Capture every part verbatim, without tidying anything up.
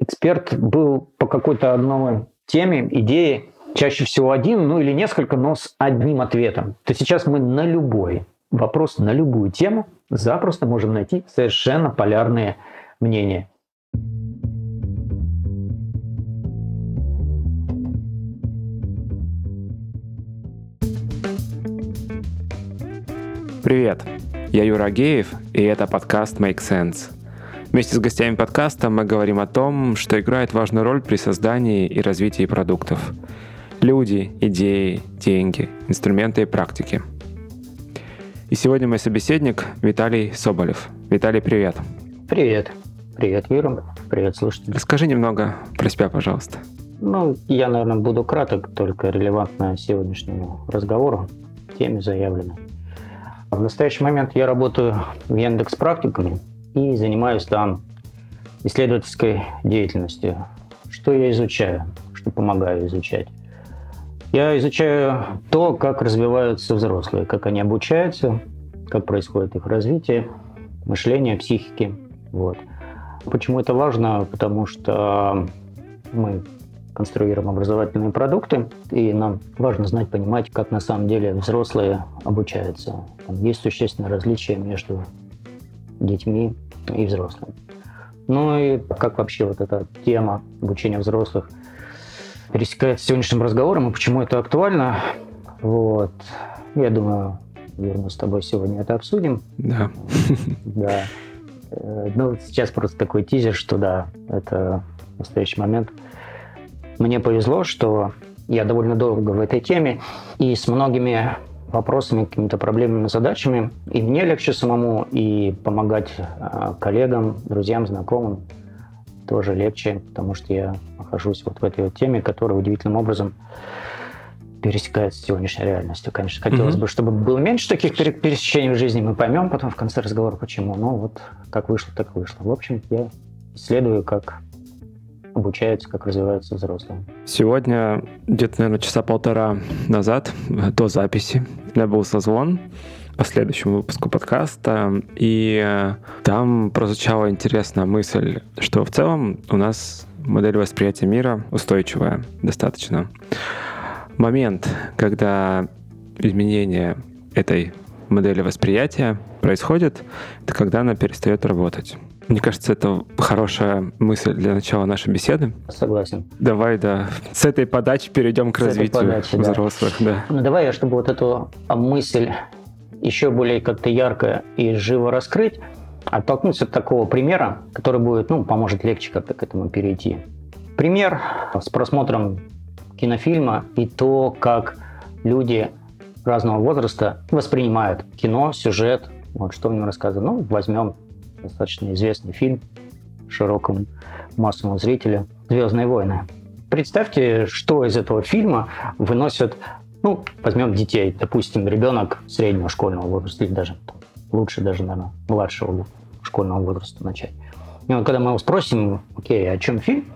эксперт был по какой-то одной теме, идее, чаще всего один, ну или несколько, но с одним ответом, то сейчас мы на любой вопрос, на любую тему запросто можем найти совершенно полярные мнения. Привет, я Юра Агеев, и это подкаст Make Sense. Вместе с гостями подкаста мы говорим о том, что играет важную роль при создании и развитии продуктов. Люди, идеи, деньги, инструменты и практики. И сегодня мой собеседник Виталий Соболев. Виталий, привет. Привет. Привет, Юра. Привет, слушатели. Расскажи немного про себя, пожалуйста. Ну, я, наверное, буду краток, только релевантно сегодняшнему разговору, теме заявленной. В настоящий момент я работаю в Яндекс.Практикуме и занимаюсь там исследовательской деятельностью. Что я изучаю, что помогаю изучать? Я изучаю то, как развиваются взрослые, как они обучаются, как происходит их развитие, мышление, психики. Вот. Почему это важно? Потому что мы конструируем образовательные продукты, и нам важно знать, понимать, как на самом деле взрослые обучаются. Там есть существенное различие между детьми и взрослыми. Ну и как вообще вот эта тема обучения взрослых пересекается с сегодняшним разговором, и почему это актуально. Вот. Я думаю, Юр, мы с тобой сегодня это обсудим. Да. Да. Ну, сейчас просто такой тизер, что да, это в настоящий момент. Мне повезло, что я довольно долго в этой теме, и с многими вопросами, какими-то проблемами, задачами, и мне легче самому, и помогать э, коллегам, друзьям, знакомым тоже легче, потому что я нахожусь вот в этой вот теме, которая удивительным образом пересекается с сегодняшней реальностью. Конечно, хотелось mm-hmm. бы, чтобы было меньше таких пересечений в жизни, мы поймем потом в конце разговора, почему. Но вот как вышло, так вышло. В общем, я исследую, как обучаются, как развиваются взрослые. Сегодня, где-то, наверное, часа полтора назад, до записи, у меня был созвон по следующему выпуску подкаста, и там прозвучала интересная мысль, что в целом у нас модель восприятия мира устойчивая достаточно. Момент, когда изменение этой модели восприятия происходит, это когда она перестает работать. Мне кажется, это хорошая мысль для начала нашей беседы. Согласен. Давай, да, с этой подачи перейдем к с развитию подачи, взрослых. Да. Да. Ну, давай я, чтобы вот эту мысль еще более как-то ярко и живо раскрыть, оттолкнуться от такого примера, который будет, ну, поможет легче как-то к этому перейти. Пример с просмотром кинофильма и то, как люди разного возраста воспринимают кино, сюжет. Вот что в нем рассказано. Ну, возьмем достаточно известный фильм широкому массовому зрителю «Звездные войны». Представьте, что из этого фильма выносят, ну, возьмем детей, допустим, ребенок среднего школьного возраста, или даже там, лучше даже, наверное, младшего школьного возраста начать. И вот когда мы его спросим, окей, о чем фильм,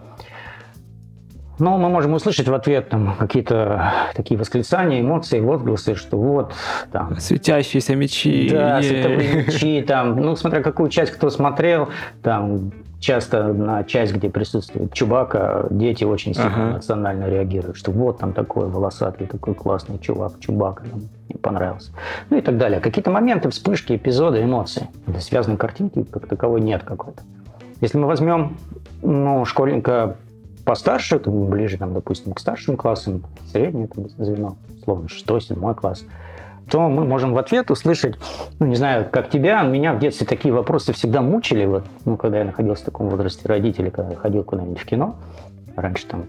но мы можем услышать в ответ там какие-то такие восклицания, эмоции, возгласы, что вот там... Светящиеся мечи. Да, световые мечи, там, ну, смотря какую часть кто смотрел, там часто на часть, где присутствует Чубака, дети очень сильно ага. эмоционально реагируют, что вот там такой волосатый, такой классный чувак, Чубака, мне понравился. Ну и так далее. Какие-то моменты, вспышки, эпизоды, эмоции. Для связанной картинки как таковой нет какой-то. Если мы возьмем, ну, школьника постарше, ближе, там, допустим, к старшим классам, среднее там, звено, условно, шестой, седьмой класс, то мы можем в ответ услышать, ну, не знаю, как тебя, меня в детстве такие вопросы всегда мучили, вот, ну, когда я находился в таком возрасте, родители, когда я ходил куда-нибудь в кино, раньше там,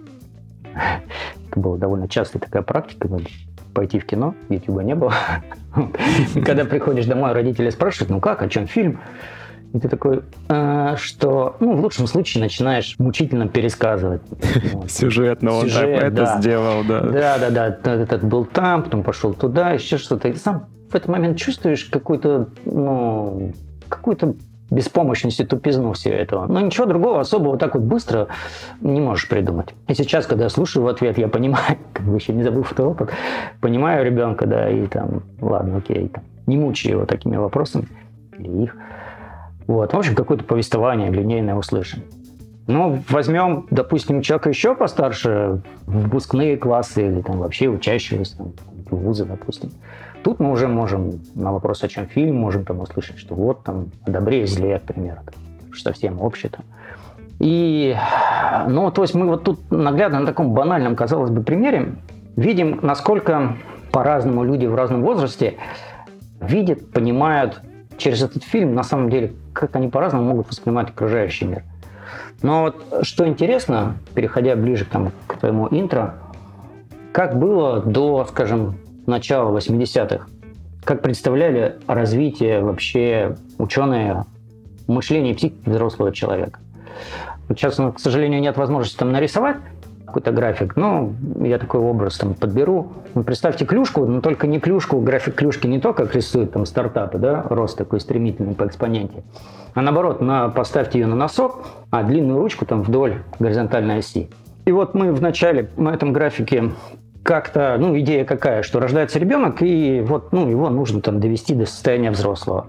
это была довольно частая такая практика, пойти в кино, ютуба не было, и когда приходишь домой, родители спрашивают, ну как, о чем фильм? И ты такой, э, что, ну, в лучшем случае начинаешь мучительно пересказывать. Вот. Сюжетно он Сюжет, так это да. сделал, да. Да, да, да, этот был там, потом пошел туда, еще что-то. И ты сам в этот момент чувствуешь какую-то, ну, какую-то беспомощность и тупизну всего этого. Но ничего другого особого так вот быстро не можешь придумать. И сейчас, когда я слушаю в ответ, я понимаю, как бы еще не забыв этот опыт, понимаю ребенка, да, и там, ладно, окей, там, не мучаю его такими вопросами, или их. Вот. В общем, какое-то повествование линейное услышим. Ну, возьмем, допустим, человека еще постарше, выпускные классы или там вообще учащегося там, вуза, допустим. Тут мы уже можем на вопрос, о чем фильм, можем там услышать, что вот там о добре и зле, к примеру, что совсем общее там. И, ну, то есть мы вот тут наглядно на таком банальном, казалось бы, примере видим, насколько по-разному люди в разном возрасте видят, понимают через этот фильм, на самом деле, как они по-разному могут воспринимать окружающий мир. Но вот что интересно, переходя ближе там, к твоему интро, как было до, скажем, начала восьмидесятых, как представляли развитие вообще ученые мышления и психики взрослого человека. Вот сейчас, ну, к сожалению, нет возможности там нарисовать какой-то график, но я такой образ там подберу. Ну, представьте клюшку, но только не клюшку, график клюшки не то, как рисуют там стартапы, да, рост такой стремительный по экспоненте, а наоборот, на, поставьте ее на носок, а длинную ручку там вдоль горизонтальной оси. И вот мы вначале на этом графике как-то, ну, идея какая, что рождается ребенок, и вот, ну, его нужно там довести до состояния взрослого.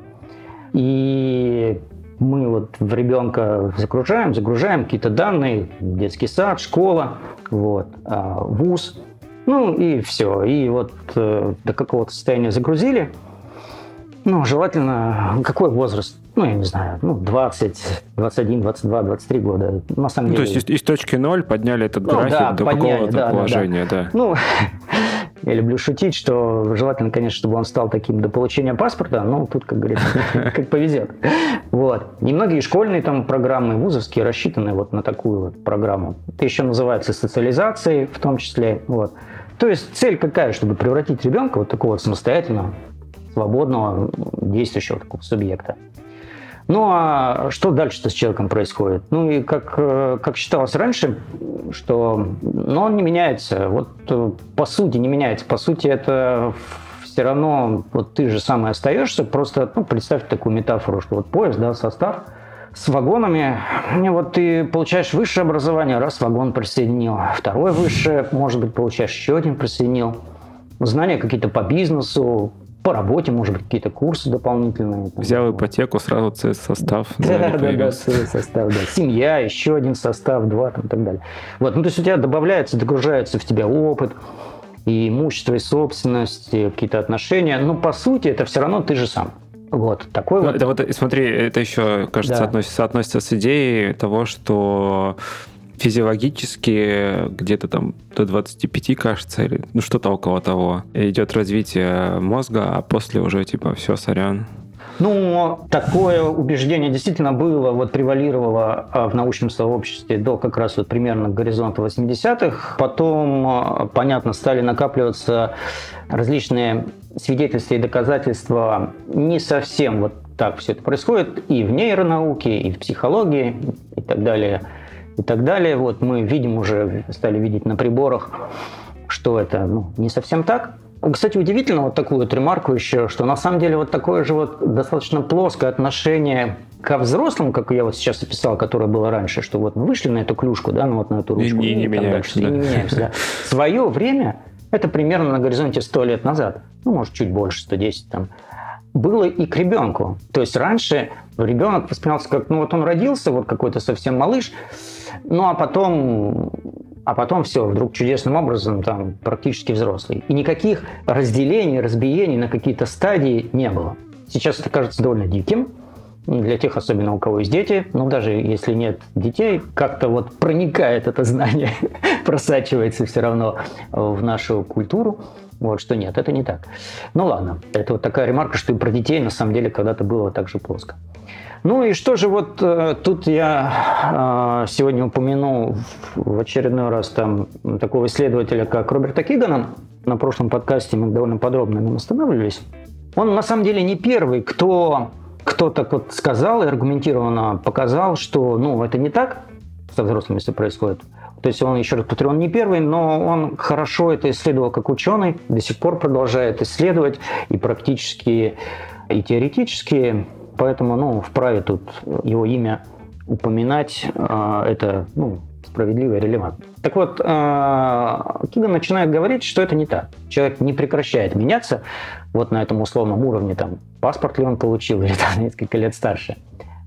И мы вот в ребенка загружаем, загружаем какие-то данные, детский сад, школа, вот, вуз, ну и все. И вот э, до какого-то состояния загрузили. Ну, желательно, какой возраст? Ну, я не знаю, ну, двадцать, двадцать один, двадцать два, двадцать три года. На самом ну, деле... То есть из, из точки ноль подняли этот ну, график да, до подняли, какого-то да, положения, да. да. да. Ну, я люблю шутить, что желательно, конечно, чтобы он стал таким до получения паспорта, но тут, как говорится, как повезет. Вот. Немногие школьные там программы, вузовские рассчитаны вот на такую вот программу. Это еще называется социализацией в том числе. Вот. То есть цель какая, чтобы превратить ребенка вот такого вот самостоятельного, свободного, действующего такого субъекта. Ну а что дальше-то с человеком происходит? Ну и как, как считалось раньше, что ну, он не меняется. Вот по сути не меняется. По сути это все равно вот ты же сам и остаешься. Просто ну, представь такую метафору, что вот поезд, да, состав с вагонами. И вот ты получаешь высшее образование, раз вагон присоединил. Второе высшее, может быть, получаешь еще один присоединил. Знания какие-то по бизнесу, по работе, может быть, какие-то курсы дополнительные. Взял ипотеку, сразу состав. Да, да, да, состав, да. Семья, еще один состав, два, там, и так далее. Вот, ну, то есть у тебя добавляется, догружается в тебя опыт, и имущество, и собственность, и какие-то отношения. Но, по сути, это все равно ты же сам. Вот, такой ну, вот. Это вот, смотри, это еще, кажется, да. относится, относится с идеей того, что физиологически где-то там до двадцати пяти, кажется, или ну что-то около того, идет развитие мозга, а после уже типа все, сорян. Ну, такое убеждение действительно было, вот превалировало в научном сообществе до как раз вот примерно горизонта восьмидесятых. Потом, понятно, стали накапливаться различные свидетельства и доказательства. Не совсем вот так все это происходит и в нейронауке, и в психологии, и так далее. И так далее. Вот мы видим уже, стали видеть на приборах, что это ну, не совсем так. Кстати, удивительно вот такую вот ремарку еще, что на самом деле вот такое же вот достаточно плоское отношение ко взрослым, как я вот сейчас описал, которое было раньше, что вот вышли на эту клюшку, да, ну вот на эту ручку. И, и не меняемся. Да. И не меняемся, да. В свое время, это примерно на горизонте сто лет назад, ну, может, чуть больше, сто десять там, было и к ребенку. То есть раньше ребенок воспринимался как, ну вот он родился, вот какой-то совсем малыш, ну а потом, а потом все, вдруг чудесным образом там практически взрослый. И никаких разделений, разбиений на какие-то стадии не было. Сейчас это кажется довольно диким, для тех, особенно у кого есть дети, но даже если нет детей, как-то вот проникает это знание, просачивается все равно в нашу культуру. Вот, что нет, это не так. Ну ладно, это вот такая ремарка, что и про детей на самом деле когда-то было так же плоско. Ну и что же вот э, тут я э, сегодня упомяну в очередной раз там такого исследователя, как Роберта Кигана. На прошлом подкасте мы довольно подробно на нем останавливались. Он на самом деле не первый, кто, кто так вот сказал и аргументированно показал, что ну, это не так со взрослыми все происходит. То есть он, еще раз повторю, он не первый, но он хорошо это исследовал как ученый, до сих пор продолжает исследовать и практически, и теоретически, поэтому ну, вправе тут его имя упоминать, это ну, справедливо и релевантно. Так вот, Киган начинает говорить, что это не так. Человек не прекращает меняться вот на этом условном уровне, там, паспорт ли он получил или там, несколько лет старше.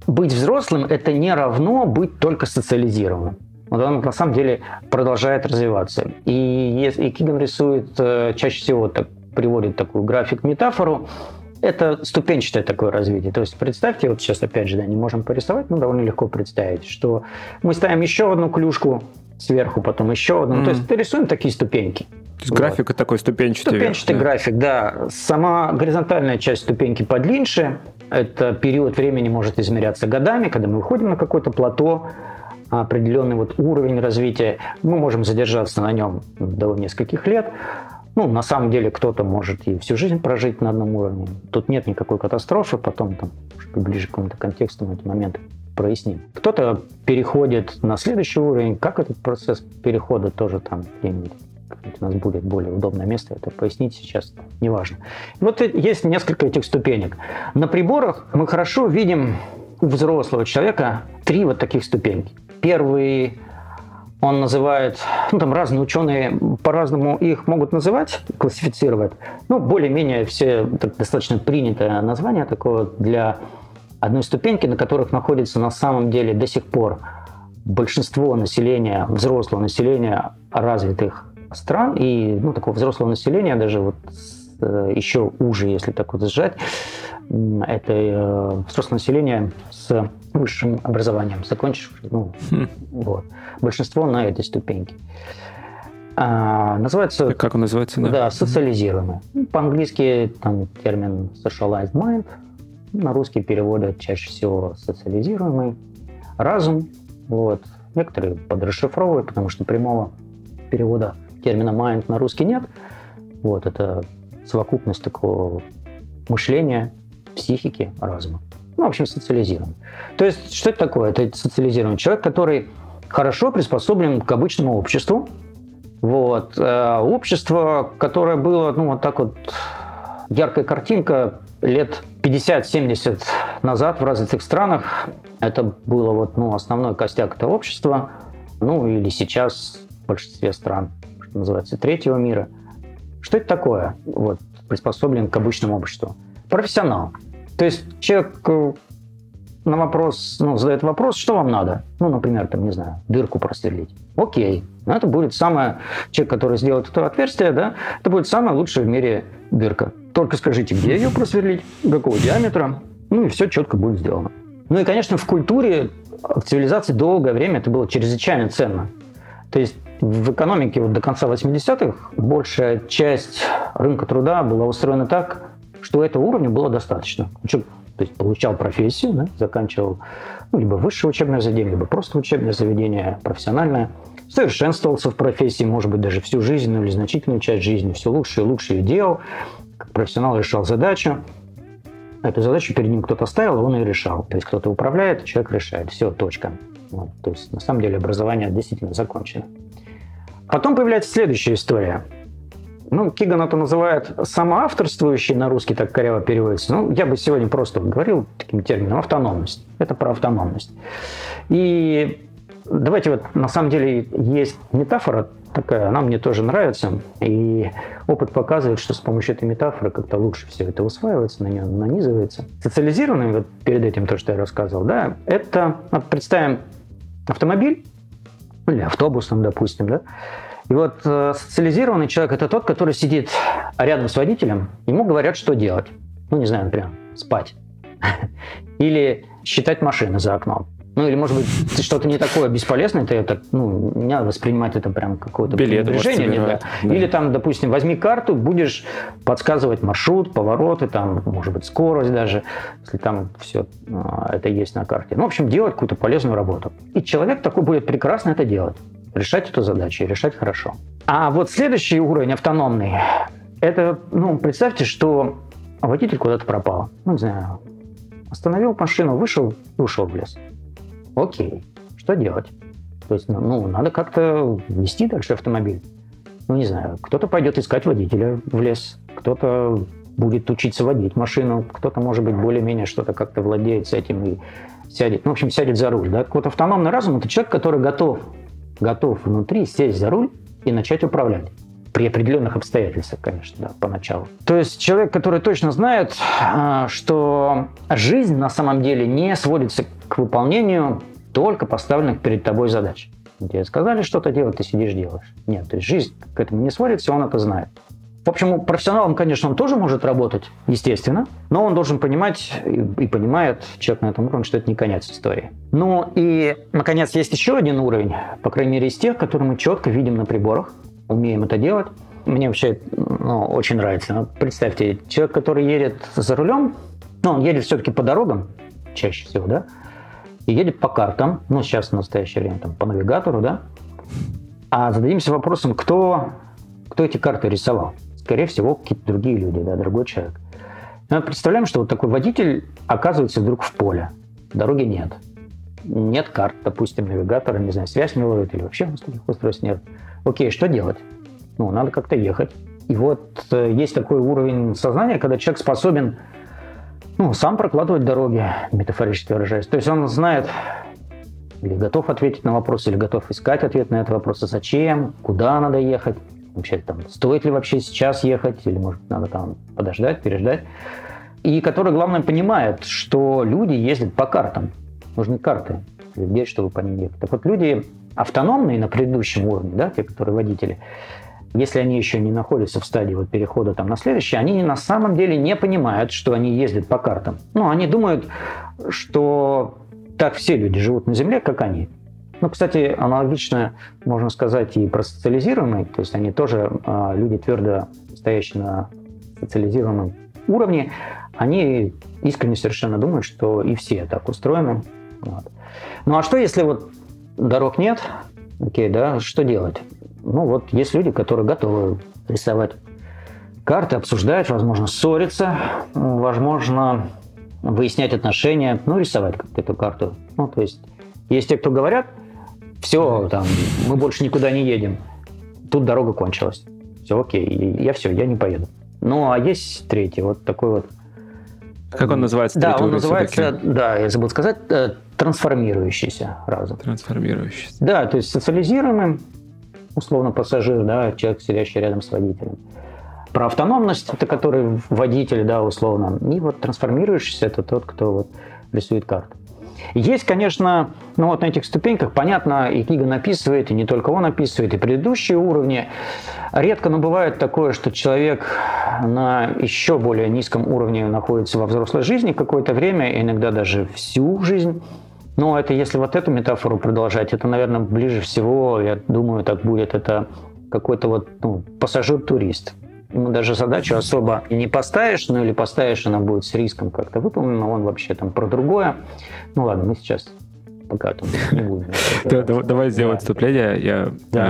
быть взрослым – это не равно быть только социализированным. Вот он на самом деле продолжает развиваться. И, и Киган рисует, чаще всего так, приводит такую график-метафору. Это ступенчатое такое развитие. То есть представьте, вот сейчас опять же, да, не можем порисовать, но довольно легко представить, что мы ставим еще одну клюшку сверху, потом еще одну. Mm. То есть рисуем такие ступеньки. То есть вот. График такой ступенчатый. Ступенчатый вверх, график, да. да. Сама горизонтальная часть ступеньки подлиннее. Это период времени может измеряться годами, когда мы выходим на какое-то плато, определенный вот уровень развития. Мы можем задержаться на нем до нескольких лет. Ну, на самом деле, кто-то может и всю жизнь прожить на одном уровне. Тут нет никакой катастрофы, потом там, ближе к какому-то контексту мы эти моменты проясним. Кто-то переходит на следующий уровень. Как этот процесс перехода тоже там где-нибудь у нас будет более удобное место, это пояснить сейчас неважно. Вот есть несколько этих ступенек. На приборах мы хорошо видим у взрослого человека три вот таких ступеньки. Первый он называет, ну там разные ученые по-разному их могут называть, классифицировать. Ну, более-менее все так, достаточно принятое название такое для одной ступеньки, на которых находится на самом деле до сих пор большинство населения, взрослого населения развитых стран и ну, такого взрослого населения, даже вот еще уже, если так вот сжать, это э, взрослое население с высшим образованием, закончившее, ну, хм. вот. Большинство на этой ступеньке. А, называется... И как он называется? Да, да социализированное. Mm-hmm. По-английски там термин socialized mind, на русский переводят чаще всего социализируемый разум. Вот. Некоторые подрасшифровывают, потому что прямого перевода термина mind на русский нет. Вот, это совокупность такого мышления, психики, разума. Ну, в общем, социализирован. То есть, что это такое? Это социализированный человек, который хорошо приспособлен к обычному обществу. Вот. Общество, которое было, ну, вот так вот, яркая картинка лет пятьдесят-семьдесят назад в развитых странах. Это было вот, ну, основной костяк этого общества. Ну, или сейчас в большинстве стран, что называется, третьего мира. Что это такое? Вот, приспособлен к обычному обществу. Профессионал. То есть человек на вопрос, ну, задает вопрос, что вам надо? Ну, например, там, не знаю, дырку просверлить. Окей. Ну, это будет самое... Человек, который сделает это отверстие, да, это будет самая лучшая в мире дырка. Только скажите, где ее просверлить, какого диаметра, ну, и все четко будет сделано. Ну, и, конечно, в культуре, в цивилизации долгое время это было чрезвычайно ценно. То есть в экономике вот до конца восьмидесятых большая часть рынка труда была устроена так, что этого уровня было достаточно. Человек, то есть получал профессию, да, заканчивал ну, либо высшее учебное заведение, либо просто учебное заведение, профессиональное, совершенствовался в профессии, может быть, даже всю жизнь ну, или значительную часть жизни, все лучше и лучше ее делал, как профессионал решал задачу. Эту задачу перед ним кто-то ставил, он ее решал. То есть кто-то управляет, человек решает. Все, точка. Вот. То есть на самом деле образование действительно закончено. Потом появляется следующая история. Ну, Киган это называет самоавторствующий, на русский так коряво переводится. Ну, я бы сегодня просто говорил таким термином автономность. Это про автономность. И давайте вот, на самом деле, есть метафора такая, она мне тоже нравится. И опыт показывает, что с помощью этой метафоры как-то лучше все это усваивается, на нее нанизывается. Социализированный, вот перед этим то, что я рассказывал, да, это, вот представим автомобиль, или автобус, там, допустим, да, и вот э, социализированный человек – это тот, который сидит рядом с водителем, ему говорят, что делать. Ну, не знаю, например, спать. Или считать машины за окном. Ну, или, может быть, что-то не такое бесполезное, ты это, ну, не надо воспринимать это прям какое-то пренебрежение. Да. Да. Или там, допустим, возьми карту, будешь подсказывать маршрут, повороты, там, может быть, скорость даже, если там все это есть на карте. Ну, в общем, делать какую-то полезную работу. И человек такой будет прекрасно это делать. Решать эту задачу и решать хорошо. А вот следующий уровень автономный, это, ну, представьте, что водитель куда-то пропал. Ну, не знаю, остановил машину, вышел и ушел в лес. Окей, что делать? То есть, ну, надо как-то вести дальше автомобиль. Ну, не знаю, кто-то пойдет искать водителя в лес, кто-то будет учиться водить машину, кто-то, может быть, более-менее что-то как-то владеет с этим и сядет, ну, в общем, сядет за руль. Да? Вот автономный разум – это человек, который готов, готов внутри сесть за руль и начать управлять. При определенных обстоятельствах, конечно, да, поначалу. То есть человек, который точно знает, что жизнь на самом деле не сводится к выполнению только поставленных перед тобой задач. Тебе сказали что-то делать, ты сидишь, делаешь. Нет, то есть жизнь к этому не сводится, он это знает. В общем, профессионалом, конечно, он тоже может работать, естественно, но он должен понимать и, и понимает, человек на этом уровне, что это не конец истории. Ну и, наконец, есть еще один уровень, по крайней мере, из тех, которые мы четко видим на приборах, умеем это делать. Мне вообще ну, очень нравится. Ну, представьте, человек, который едет за рулем, ну, он едет все-таки по дорогам, чаще всего, да, и едет по картам, ну, сейчас в настоящее время там, по навигатору, да, а зададимся вопросом, кто, кто эти карты рисовал. Скорее всего, какие-то другие люди, да, другой человек. Мы представляем, что вот такой водитель оказывается вдруг в поле. Дороги нет. Нет карт, допустим, навигатора, не знаю, связь не ловит или вообще таких устройств нет. Окей, что делать? Ну, надо как-то ехать. И вот э, есть такой уровень сознания, когда человек способен ну, сам прокладывать дороги, метафорически выражаясь. То есть он знает или готов ответить на вопрос, или готов искать ответ на этот вопрос, а зачем, куда надо ехать. Вообще, там, стоит ли вообще сейчас ехать, или, может, надо там подождать, переждать. И который, главное, понимает, что люди ездят по картам. Нужны карты людей, чтобы по ним ехать. Так вот, люди автономные на предыдущем уровне, да, те, которые водители, если они еще не находятся в стадии вот перехода там, на следующий, они на самом деле не понимают, что они ездят по картам. Ну, они думают, что так все люди живут на Земле, как они. Ну, кстати, аналогично можно сказать и про социализируемые, то есть они тоже, люди твердо стоящие на социализированном уровне, они искренне совершенно думают, что и все так устроены. Вот. Ну, а что, если вот дорог нет? Окей, да, что делать? Ну, вот есть люди, которые готовы рисовать карты, обсуждать, возможно, ссориться, возможно, выяснять отношения, ну, рисовать как-то эту карту. Ну, то есть есть те, кто говорят, все, там, мы больше никуда не едем. Тут дорога кончилась. Все, окей, я все, я не поеду. Ну, а есть третий, вот такой вот. Как он называется? Да, он называется, да, я забыл сказать, трансформирующийся разум. Трансформирующийся. Да, то есть социализируемым, условно, пассажир, да, человек, сидящий рядом с водителем. Про автономность, это который водитель, да, условно. И вот трансформирующийся, это тот, кто вот рисует карты. Есть, конечно, ну вот на этих ступеньках, понятно, и книга написывает, и не только он описывает, и предыдущие уровни. Редко, но бывает такое, что человек на еще более низком уровне находится во взрослой жизни какое-то время, иногда даже всю жизнь. Но это если вот эту метафору продолжать, это, наверное, ближе всего, я думаю, так будет, это какой-то вот ну, пассажир-турист. Ему даже задачу особо не поставишь, ну или поставишь, она будет с риском как-то выполнена, он вообще там про другое. Ну ладно, мы сейчас пока там не будем. Давай сделаем отступление.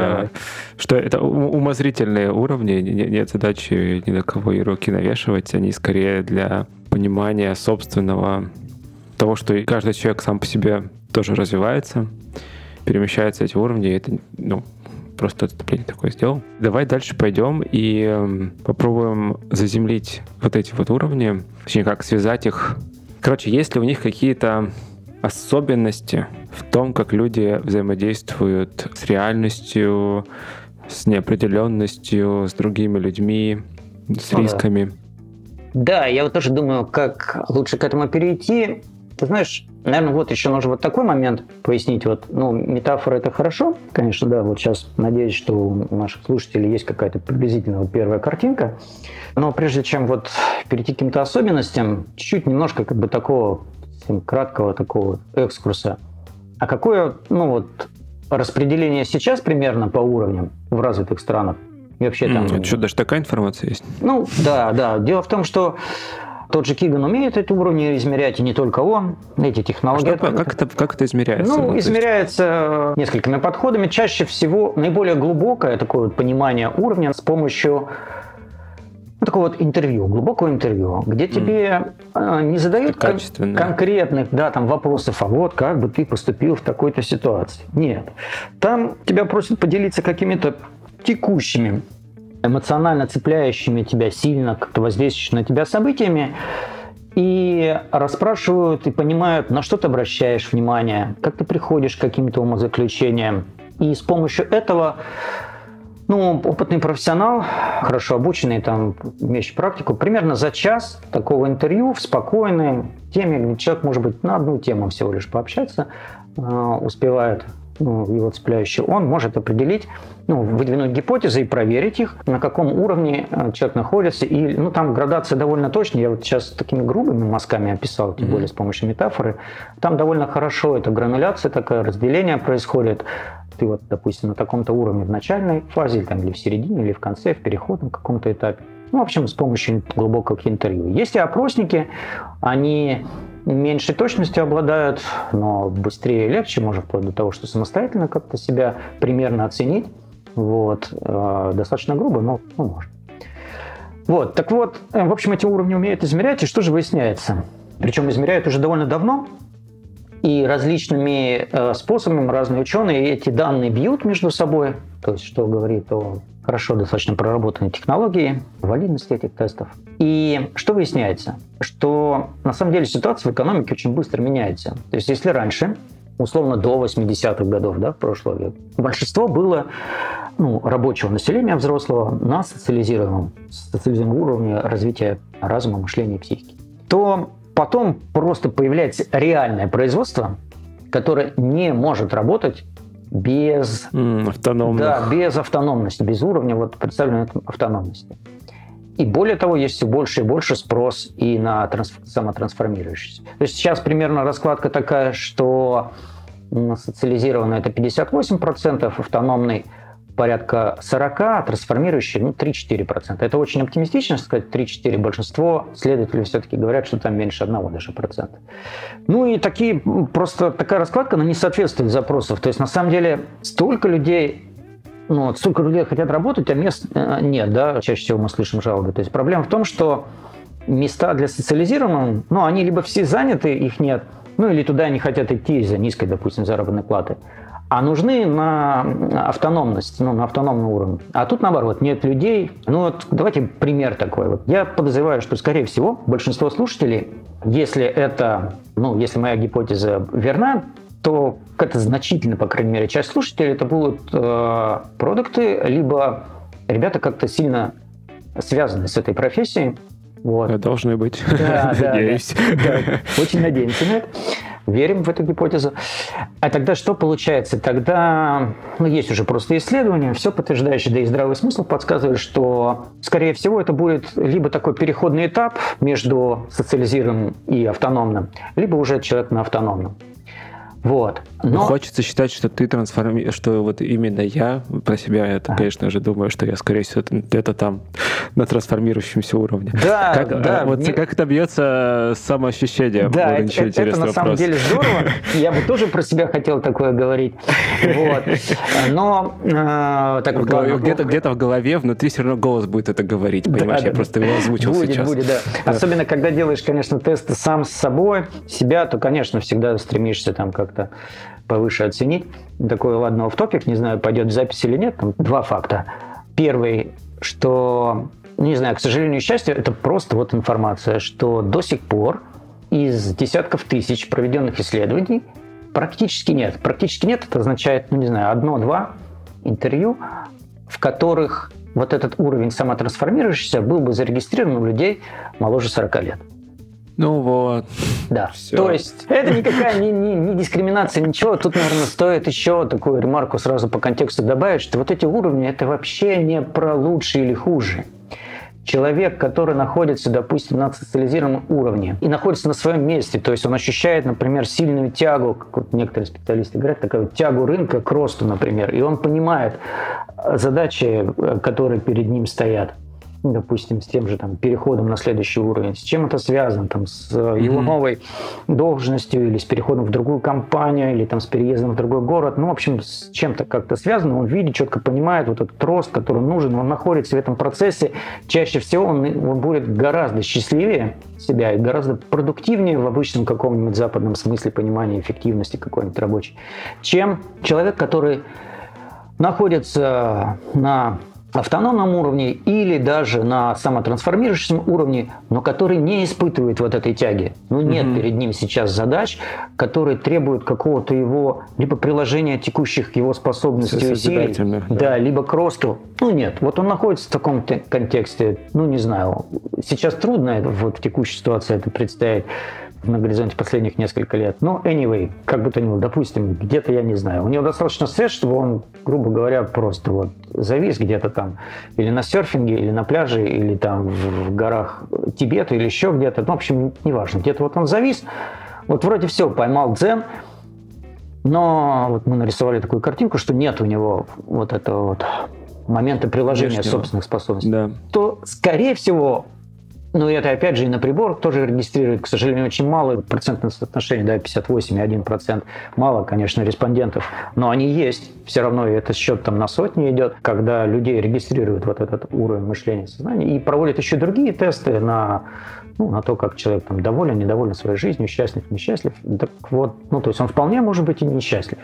Что это умозрительные уровни, нет задачи ни на кого и руки навешивать, они скорее для понимания собственного того, что каждый человек сам по себе тоже развивается, перемещается эти уровни, и это, ну, просто отступление такое сделал. Давай дальше пойдем и э, попробуем заземлить вот эти вот уровни, точнее, как связать их. Короче, есть ли у них какие-то особенности в том, как люди взаимодействуют с реальностью, с неопределенностью, с другими людьми, с ну, рисками? Да. да, я вот тоже думаю, как лучше к этому перейти. Ты знаешь, наверное, вот еще нужно вот такой момент пояснить. Вот, ну, метафора — это хорошо, конечно, да, вот сейчас надеюсь, что у наших слушателей есть какая-то приблизительно вот первая картинка. Но прежде чем вот перейти к каким-то особенностям, чуть-чуть немножко как бы такого краткого такого экскурса. А какое, ну вот, распределение сейчас примерно по уровням в развитых странах? И вообще там... Mm, что, даже такая информация есть? Ну, да, да. Дело в том, что тот же Киган умеет эти уровни измерять, и не только он, эти технологии. А что, как, это, как это измеряется? Ну, ну измеряется есть... несколькими подходами. Чаще всего наиболее глубокое такое вот понимание уровня с помощью ну, такого вот интервью, глубокого интервью, где тебе mm. не задают кон- конкретных да, там, вопросов, а вот как бы ты поступил в такой-то ситуации. Нет. Там тебя просят поделиться какими-то текущими, эмоционально цепляющими тебя сильно, как-то воздействующими на тебя событиями, и расспрашивают и понимают, на что ты обращаешь внимание, как ты приходишь к каким-то умозаключениям. И с помощью этого Ну, опытный профессионал, хорошо обученный, там, имеющий практику, примерно за час такого интервью в спокойной теме, где человек, может быть, на одну тему всего лишь пообщаться, э, успевает, ну, его цепляющий, он может определить, ну, выдвинуть гипотезы и проверить их, на каком уровне человек находится. И, ну, там градация довольно точная. Я вот сейчас такими грубыми мазками описал, тем более с помощью метафоры. Там довольно хорошо эта грануляция, такое разделение происходит. Ты вот, допустим, на таком-то уровне в начальной фазе, или, там, или в середине, или в конце, в переходном каком-то этапе. Ну, в общем, с помощью глубокого интервью. Есть и опросники, они меньшей точностью обладают, но быстрее и легче, может, вплоть до того, что самостоятельно как-то себя примерно оценить. Вот. Достаточно грубо, но ну, можно. Вот. Так вот, в общем, эти уровни умеют измерять, и что же выясняется? Причем измеряют уже довольно давно, и различными э, способами разные ученые эти данные бьют между собой, то есть что говорит о хорошо достаточно проработанной технологии, валидности этих тестов. И что выясняется? Что на самом деле ситуация в экономике очень быстро меняется. То есть если раньше, условно до восьмидесятых годов, да, прошлого века, большинство было ну, рабочего населения взрослого на социализированном, социализированном уровне развития разума, мышления и психики, то потом просто появляется реальное производство, которое не может работать без, mm, да, без автономности, без уровня вот, представленной автономности. И более того, есть все больше и больше спрос и на трансф... самотрансформирующийся. То есть сейчас примерно раскладка такая, что социализированный это пятьдесят восемь процентов, автономный порядка сорок процентов, а трансформирующий ну, три-четыре процента. Это очень оптимистично сказать, три-четыре. Большинство следователей все-таки говорят, что там меньше одного даже процента. Ну и такие, просто такая раскладка, она не соответствует запросам. То есть на самом деле столько людей, ну, вот столько людей хотят работать, а мест нет, да, чаще всего мы слышим жалобы. То есть проблема в том, что места для социализированных, ну, они либо все заняты, их нет, ну или туда не хотят идти из-за низкой, допустим, заработной платы, а нужны на автономность, ну, на автономном уровне. А тут, наоборот, нет людей. Ну, вот давайте пример такой. Вот я подозреваю, что, скорее всего, большинство слушателей, если это, ну, если моя гипотеза верна, то как-то значительно, по крайней мере, часть слушателей это будут э, продукты, либо ребята как-то сильно связаны с этой профессией. Вот. Должны быть. Да, да, надеюсь. Да, да. Очень надеемся на это. Верим в эту гипотезу. А тогда что получается? Тогда ну, есть уже просто исследования, все подтверждающие, да и здравый смысл подсказывает, что, скорее всего, это будет либо такой переходный этап между социализированным и автономным, либо уже человек на автономном. Вот. Но... Хочется считать, что ты трансформи... что вот именно я про себя, это, а. конечно же, думаю, что я, скорее всего, где-то там на трансформирующемся уровне. Да, как, да. Вот мне... как это бьется самоощущение? Да, вот, это, это, это на самом деле здорово. Я бы тоже про себя хотел такое говорить. Вот. Но э, так вот, голове, где-то, где-то в голове внутри все равно голос будет это говорить, понимаешь? Да, я да, просто его озвучил будет, сейчас. Будет, да. да. Особенно, когда делаешь, конечно, тесты сам с собой, себя, то, конечно, всегда стремишься там как повыше оценить. Такой, ладно, офф-топик, не знаю, пойдет в запись или нет. Там два факта. Первый, что, не знаю, к сожалению, счастью, это просто вот информация, что до сих пор из десятков тысяч проведенных исследований практически нет. Практически нет, это означает, ну, не знаю, одно-два интервью, в которых вот этот уровень самотрансформирующийся был бы зарегистрирован у людей моложе сорока лет. Ну вот. Да. Все. То есть это никакая не, не, не дискриминация, ничего. Тут, наверное, стоит еще такую ремарку сразу по контексту добавить, что вот эти уровни это вообще не про лучше или хуже. Человек, который находится, допустим, на социализированном уровне и находится на своем месте, то есть он ощущает, например, сильную тягу, как вот некоторые специалисты говорят, такую тягу рынка к росту, например, и он понимает задачи, которые перед ним стоят. Допустим, с тем же там, переходом на следующий уровень. С чем это связано? Там, с mm-hmm. его новой должностью или с переходом в другую компанию, или там, с переездом в другой город. Ну, в общем, с чем-то как-то связано. Он видит, четко понимает вот этот рост, который нужен. Он находится в этом процессе. Чаще всего он, он будет гораздо счастливее себя и гораздо продуктивнее в обычном каком-нибудь западном смысле понимания эффективности какой-нибудь рабочей, чем человек, который находится на автономном уровне или даже на самотрансформирующемся уровне, но который не испытывает вот этой тяги. Ну, нет mm-hmm. перед ним сейчас задач, которые требуют какого-то его либо приложения текущих его способностей и усилий, да. да, либо к росту. Ну, нет. Вот он находится в таком те- контексте, ну, не знаю, сейчас трудно вот в текущей ситуации это представить на горизонте последних несколько лет. Но anyway, как бы то ни было, допустим, где-то, я не знаю, у него достаточно средств, чтобы он, грубо говоря, просто вот завис где-то там или на серфинге, или на пляже, или там в горах Тибета, или еще где-то. Ну, в общем, неважно. Где-то вот он завис, вот вроде все, поймал дзен, но вот мы нарисовали такую картинку, что нет у него вот этого вот момента приложения Внешнего. собственных способностей. Да. То, скорее всего, ну, и это, опять же, и на прибор тоже регистрирует, к сожалению, очень мало процентное соотношение, да, пятьдесят восемь и один процент. Мало, конечно, респондентов, но они есть. Все равно и этот счет там на сотни идет, когда людей регистрируют вот этот уровень мышления, сознания, и проводят еще другие тесты на, ну, на то, как человек там доволен, недоволен своей жизнью, счастлив, несчастлив. Так вот, ну, то есть он вполне может быть и несчастлив.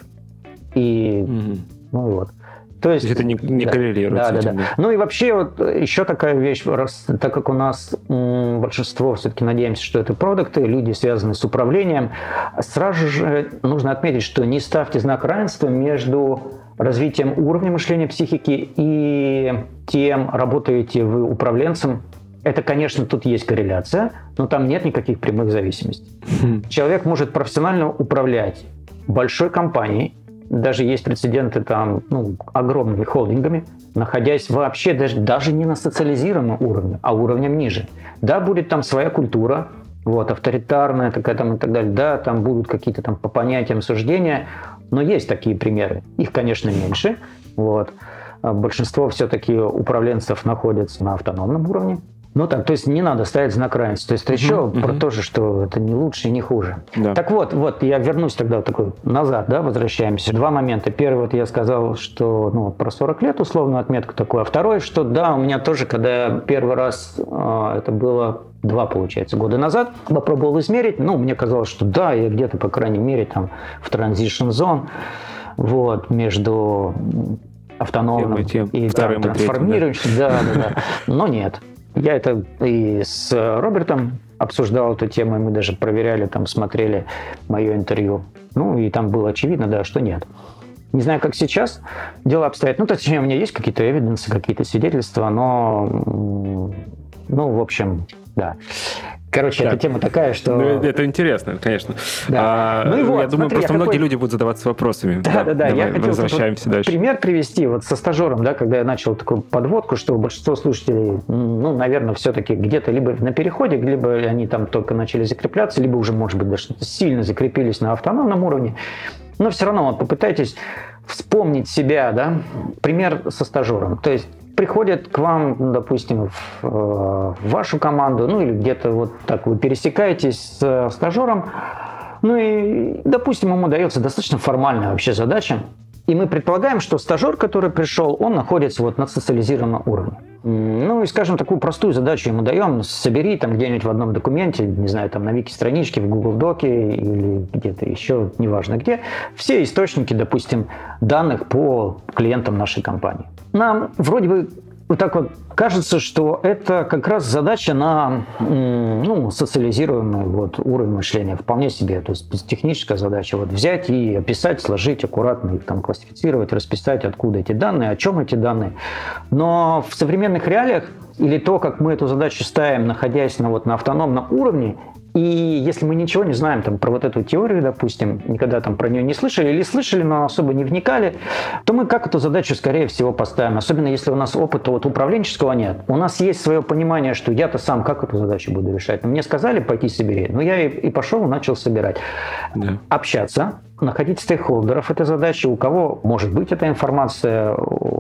И, mm-hmm. ну, и вот. То есть, это не, не да, коррелирует да, с этим. Да, да. Ну и вообще вот еще такая вещь, раз, так как у нас м, большинство, все-таки надеемся, что это продукты, люди связаны с управлением, сразу же нужно отметить, что не ставьте знак равенства между развитием уровня мышления психики и тем, работаете вы управленцем. Это, конечно, тут есть корреляция, но там нет никаких прямых зависимостей. Человек может профессионально управлять большой компанией, даже есть прецеденты там, ну, огромными холдингами, находясь вообще даже, даже не на социализированном уровне, а уровнем ниже. Да, будет там своя культура, вот, авторитарная такая там и так далее, да, там будут какие-то там по понятиям суждения, но есть такие примеры. Их, конечно, меньше. Вот. Большинство все-таки управленцев находятся на автономном уровне. Ну так, то есть не надо ставить знак равенства. То есть еще uh-huh, про uh-huh. то же, что это не лучше и не хуже. Да. Так вот, вот я вернусь тогда вот такой назад, да, возвращаемся. Два момента. Первый, вот я сказал, что ну, про сорок лет условную отметку такую. А второй, что да, у меня тоже, когда я первый раз, э, это было два, получается, года назад, попробовал измерить, ну, мне казалось, что да, я где-то, по крайней мере, там в transition zone, вот, между автономным и, тем, и там, трансформирующим. Да, да, да. Но нет. Я это и с Робертом обсуждал эту тему, и мы даже проверяли, там, смотрели мое интервью. Ну, и там было очевидно, да, что нет. Не знаю, как сейчас дела обстоят. Ну, точнее, у меня есть какие-то эвиденсы, какие-то свидетельства, но, ну, в общем, да. Короче, да. Эта тема такая, что... Ну, это интересно, конечно. Да. А, ну и вот, я думаю, смотри, просто я многие какой... люди будут задаваться вопросами. Да, да, да. Давай, я хотел возвращаемся вот дальше. Пример привести вот со стажером, да, когда я начал такую подводку, что большинство слушателей, ну, наверное, все-таки где-то либо на переходе, либо они там только начали закрепляться, либо уже, может быть, даже сильно закрепились на автономном уровне. Но все равно вот попытайтесь вспомнить себя, да, пример со стажером. То есть приходит к вам, допустим, в, в вашу команду, ну или где-то вот так вы пересекаетесь с стажером, ну и, допустим, ему дается достаточно формальная вообще задача, и мы предполагаем, что стажер, который пришел, он находится вот на социализированном уровне. Ну и, скажем, такую простую задачу ему даем, собери там где-нибудь в одном документе, не знаю, там на вики-страничке, в Google Доке или где-то еще, неважно где, все источники, допустим, данных по клиентам нашей компании. Нам вроде бы вот так вот кажется, что это как раз задача на ну, социализированный вот уровень мышления, вполне себе. То есть техническая задача вот взять и описать, сложить аккуратно, их там классифицировать, расписать, откуда эти данные, о чем эти данные. Но в современных реалиях или то, как мы эту задачу ставим, находясь на, вот, на автономном уровне, и если мы ничего не знаем там, про вот эту теорию, допустим, никогда там про нее не слышали или слышали, но особо не вникали, то мы как эту задачу, скорее всего, поставим. Особенно если у нас опыта вот, управленческого нет. У нас есть свое понимание, что я-то сам как эту задачу буду решать. Но мне сказали пойти собери. Ну, я и, и пошел, начал собирать. Да. Общаться, находить стейкхолдеров. Это задача, у кого может быть эта информация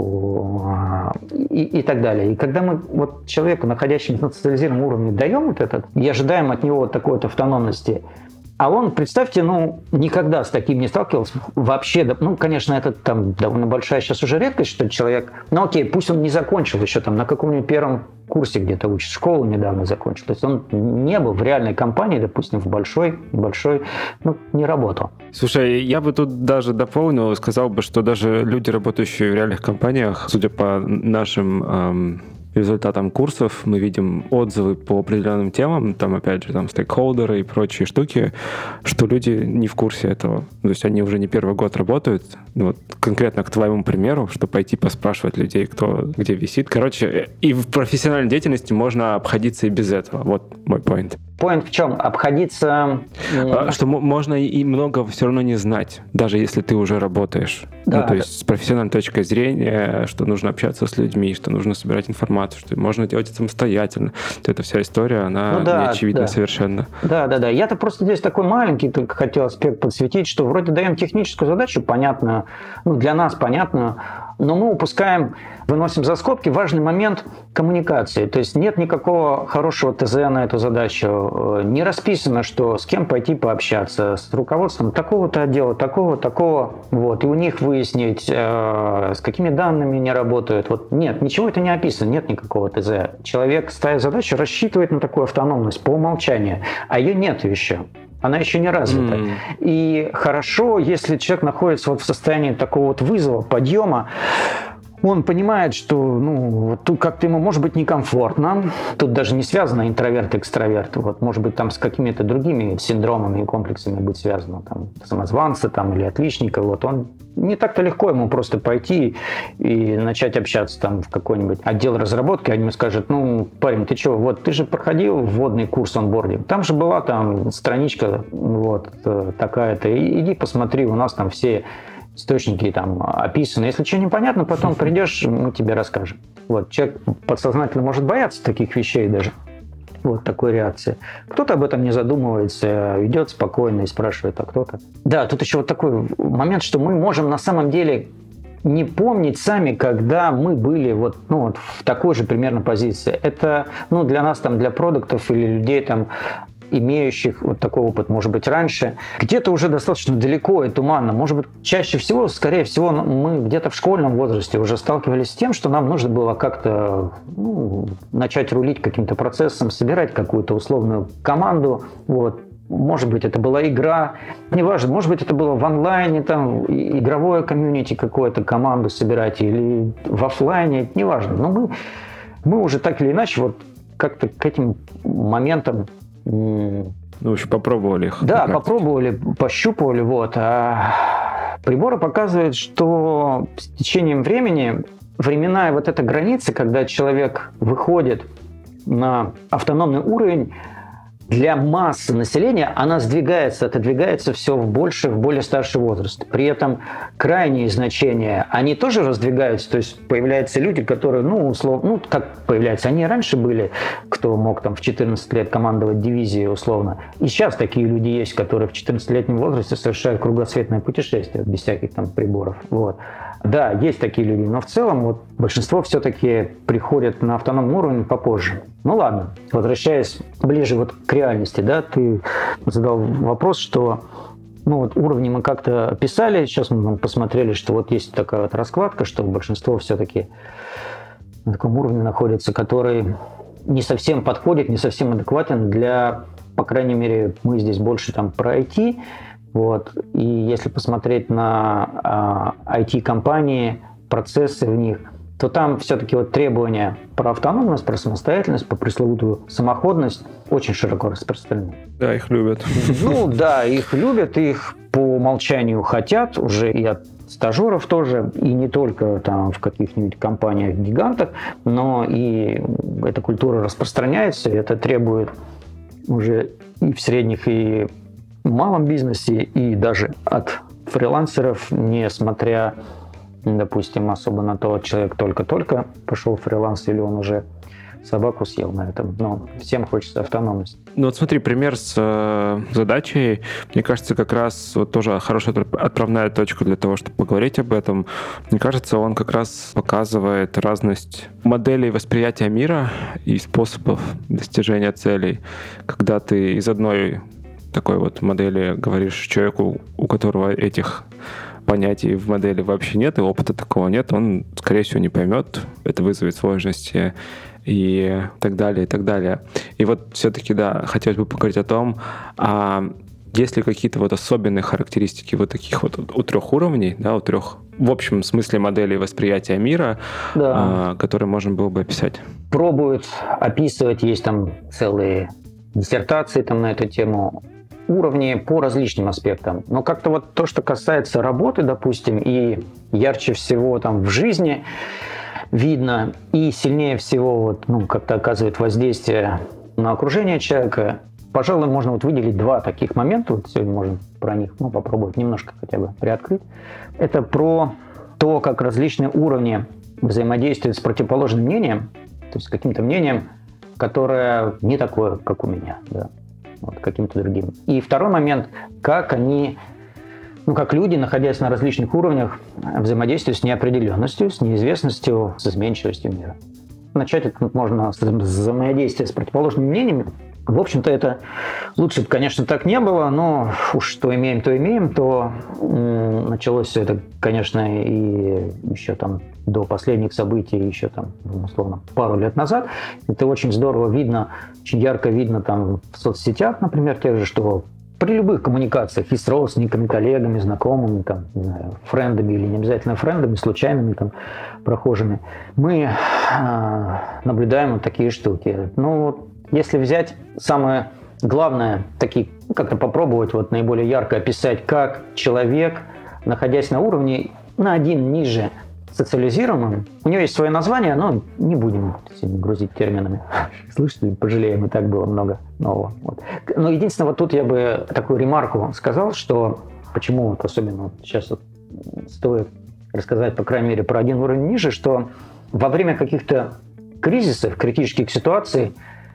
и, и так далее. И когда мы вот человеку, находящемуся на социализированном уровне, даем вот этот и ожидаем от него вот такой вот автономности, А он, представьте, ну, никогда с таким не сталкивался. Вообще, ну, конечно, это там довольно большая сейчас уже редкость, что человек, ну, окей, пусть он не закончил еще там на каком-нибудь первом курсе где-то учится, школу недавно закончил. То есть он не был в реальной компании, допустим, в большой, большой, ну, не работал. Слушай, я бы тут даже дополнил, сказал бы, что даже люди, работающие в реальных компаниях, судя по нашим эм, результатам курсов, мы видим отзывы по определенным темам, там, опять же, там, стейкхолдеры и прочие штуки, что люди не в курсе этого. То есть они уже не первый год работают. Вот конкретно к твоему примеру, что пойти поспрашивать людей, кто где висит. Короче, и в профессиональной деятельности можно обходиться и без этого. Вот мой поинт. Поинт в чем? Обходиться... Что можно и много все равно не знать, даже если ты уже работаешь. Да, ну, то есть да. С профессиональной точки зрения, что нужно общаться с людьми, что нужно собирать информацию, что можно делать это самостоятельно. Эта вся история, она ну, да, не очевидна да. совершенно. Да, да, да. Я-то просто здесь такой маленький, только хотел аспект подсветить, что вроде даем техническую задачу, понятно, ну, для нас понятно, но мы упускаем, выносим за скобки важный момент коммуникации. То есть нет никакого хорошего ТЗ на эту задачу. Не расписано, что с кем пойти пообщаться, с руководством такого-то отдела, такого, такого. Вот, и у них выяснить, э, с какими данными они работают. Вот, нет, ничего это не описано, нет никакого ТЗ. Человек, ставя задачу, рассчитывает на такую автономность по умолчанию, а ее нет еще. Она еще не развита. Mm. И хорошо, если человек находится вот в состоянии такого вот вызова, подъема, он понимает, что ну, тут как-то ему может быть некомфортно. Тут даже не связано интроверт-экстраверт. Вот, может быть, там с какими-то другими синдромами и комплексами быть связано. Там, самозванца там, или отличника. Вот, он не так-то легко ему просто пойти и начать общаться там, в какой-нибудь отдел разработки. Они ему скажут, ну, парень, ты что, вот ты же проходил вводный курс онбординг. Там же была там страничка вот такая-то. Иди посмотри, у нас там все... источники там описаны. Если что непонятно, потом придешь, мы тебе расскажем. Вот. Человек подсознательно может бояться таких вещей даже. Вот такой реакции. Кто-то об этом не задумывается, идет спокойно и спрашивает, а кто-то. Да, тут еще вот такой момент, что мы можем на самом деле не помнить сами, когда мы были вот, ну, вот в такой же примерно позиции. Это ну, для нас, там, для продуктов или людей, там, имеющих вот такой опыт, может быть, раньше, где-то уже достаточно далеко и туманно. Может быть, чаще всего, скорее всего, мы где-то в школьном возрасте уже сталкивались с тем, что нам нужно было как-то ну, начать рулить каким-то процессом, собирать какую-то условную команду. Вот. Может быть, это была игра, неважно, может быть, это было в онлайне, там, игровое комьюнити какое-то, команду собирать, или в офлайне, неважно. Но мы, мы уже так или иначе вот как-то к этим моментам Ну, в общем, попробовали их. Да, попробовали, пощупывали. Вот. А приборы показывают, что с течением времени временная вот эта граница, когда человек выходит на автономный уровень, для массы населения она сдвигается, отодвигается все в больше, в более старший возраст. При этом крайние значения, они тоже раздвигаются, то есть появляются люди, которые, ну, условно, ну, как появляются, они и раньше были, кто мог там в четырнадцать лет командовать дивизией условно. И сейчас такие люди есть, которые в четырнадцатилетнем возрасте совершают кругосветное путешествие без всяких там приборов. Вот. Да, есть такие люди, но в целом вот большинство все-таки приходят на автономный уровень попозже. Ну ладно, возвращаясь ближе вот к реальности, да, ты задал вопрос, что ну вот уровни мы как-то описали, сейчас мы посмотрели, что вот есть такая вот раскладка, что большинство все-таки на таком уровне находится, который не совсем подходит, не совсем адекватен для, по крайней мере, мы здесь больше там про ай ти. Вот. И если посмотреть на а, ай ти-компании, процессы в них, то там все-таки вот требования про автономность, про самостоятельность, по пресловутую самоходность очень широко распространены. Да, их любят. Ну да, их любят, их по умолчанию хотят уже и от стажеров тоже, и не только там в каких-нибудь компаниях-гигантах, но и эта культура распространяется, и это требует уже и в средних, и в малом бизнесе, и даже от фрилансеров, несмотря, допустим, особо на то, человек только-только пошел в фриланс, или он уже собаку съел на этом. Но всем хочется автономности. Ну вот смотри, пример с э, задачей, мне кажется, как раз вот тоже хорошая отправная точка для того, чтобы поговорить об этом. Мне кажется, он как раз показывает разность моделей восприятия мира и способов достижения целей. Когда ты из одной такой вот модели говоришь человеку, у которого этих понятий в модели вообще нет, и опыта такого нет, он, скорее всего, не поймет, это вызовет сложности и так далее, и так далее. И вот все-таки, да, хотелось бы поговорить о том, а есть ли какие-то вот особенные характеристики вот таких вот у трех уровней, да, у трех, в общем смысле, моделей восприятия мира, да. а, которые можно было бы описать? Пробуют описывать, есть там целые диссертации там на эту тему, уровни по различным аспектам. Но как-то вот то, что касается работы, допустим, и ярче всего там в жизни видно, и сильнее всего вот, ну, как-то оказывает воздействие на окружение человека, пожалуй, можно вот выделить два таких момента. Вот сегодня можно про них, ну, попробовать немножко хотя бы приоткрыть. Это про то, как различные уровни взаимодействуют с противоположным мнением, то есть с каким-то мнением, которое не такое, как у меня, да. Вот, каким-то другим. И второй момент, как они, ну, как люди, находясь на различных уровнях, взаимодействуют с неопределенностью, с неизвестностью, с изменчивостью мира. Начать это можно с взаимодействия с противоположными мнениями. В общем-то, это лучше бы, конечно, так не было, но уж что имеем, то имеем, то м- началось все это, конечно, и еще там до последних событий, еще там, условно, пару лет назад. Это очень здорово видно, очень ярко видно там в соцсетях, например, тех же, что при любых коммуникациях и с родственниками, коллегами, знакомыми, там, не знаю, френдами или не обязательно френдами, случайными там прохожими, мы э, наблюдаем вот такие штуки. Ну, если взять самое главное, такие, как-то попробовать вот наиболее ярко описать, как человек, находясь на уровне на один ниже социализированным, у него есть свое название, но не будем грузить терминами. Слышите, пожалеем, и так было много нового. Вот. Но единственное, вот тут я бы такую ремарку сказал, что почему вот особенно вот сейчас вот стоит рассказать, по крайней мере, про один уровень ниже, что во время каких-то кризисов, критических ситуаций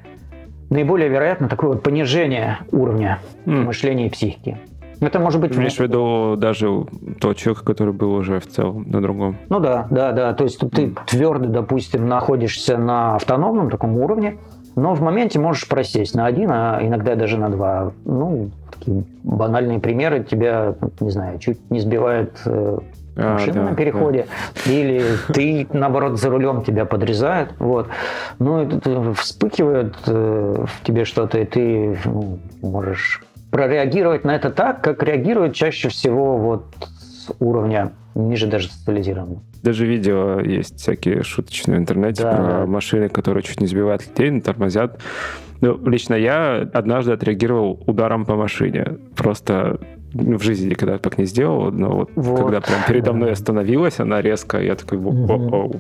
наиболее вероятно такое вот понижение уровня mm. мышления и психики. Это может быть... Имеешь в виду даже того человека, который был уже в целом на другом? Ну да, да, да. То есть mm. ты твердо, допустим, находишься на автономном таком уровне, но в моменте можешь просесть на один, а иногда даже на два. Ну, такие банальные примеры. Тебя, не знаю, чуть не сбивает машина а, да, на переходе, да. Или ты, наоборот, за рулем тебя подрезает. Вот. Ну, это вспыхивает в тебе что-то, и ты, ну, можешь прореагировать на это так, как реагирует чаще всего вот с уровня ниже даже социализированного. Даже видео есть всякие шуточные в интернете, да, про да. машины, которые чуть не сбивают людей, тормозят. Ну, лично я однажды отреагировал ударом по машине. Просто в жизни никогда так не сделал, но вот, вот. Когда прям передо мной остановилась она резко, я такой, о-о-о,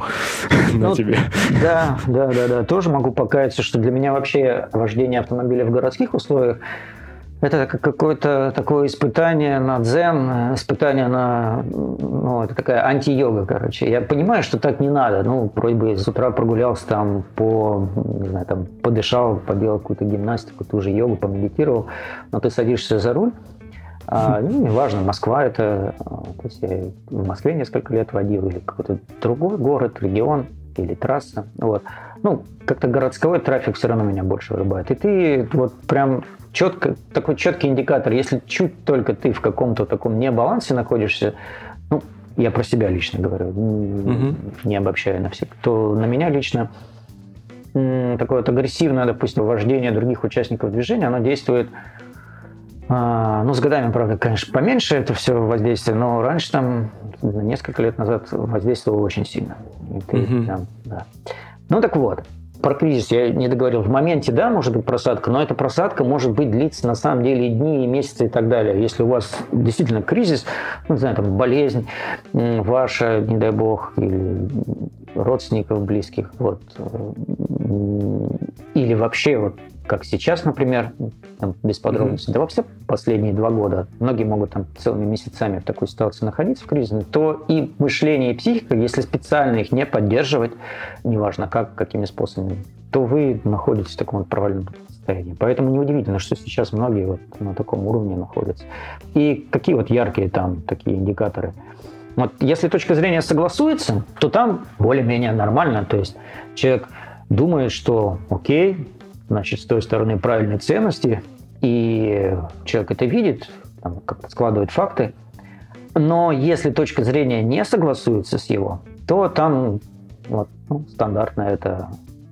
на тебе. Да, да, да, да. Тоже могу покаяться, что для меня вообще вождение автомобиля в городских условиях это какое-то такое испытание на дзен, испытание на... Ну, это такая анти-йога, короче. Я понимаю, что так не надо. Ну, вроде бы с утра прогулялся там, по, не знаю, там, подышал, поделал какую-то гимнастику, ту же йогу, помедитировал. Но ты садишься за руль, а, ну, неважно, Москва это... То есть я в Москве несколько лет водил, или какой-то другой город, регион, или трасса. Вот. Ну, как-то городской трафик все равно меня больше вырубает. И ты вот прям... Четко, такой четкий индикатор, если чуть только ты в каком-то таком небалансе находишься, ну, я про себя лично говорю, mm-hmm. не обобщаю на всех, то на меня лично такое вот агрессивное, допустим, вождение других участников движения, оно действует, а, ну, с годами, правда, конечно, поменьше это все воздействие, но раньше, там, несколько лет назад воздействовало очень сильно. И ты, mm-hmm. там, да. Ну, так вот. Про кризис я не договорил. В моменте, да, может быть просадка, но эта просадка может быть длиться на самом деле и дни, и месяцы, и так далее. Если у вас действительно кризис, ну, не знаю, там, болезнь ваша, не дай бог, или родственников близких, вот, или вообще, вот, как сейчас, например, там, без подробностей, mm-hmm. да вообще последние два года, многие могут там целыми месяцами в такой ситуации находиться в кризисе, то и мышление, и психика, если специально их не поддерживать, неважно как, какими способами, то вы находитесь в таком вот провальном состоянии. Поэтому неудивительно, что сейчас многие вот на таком уровне находятся. И какие вот яркие там такие индикаторы? Вот если точка зрения согласуется, то там более-менее нормально, то есть человек думает, что окей, значит, с той стороны правильные ценности, и человек это видит, там, как-то складывает факты, но если точка зрения не согласуется с его, то там вот, ну, стандартно это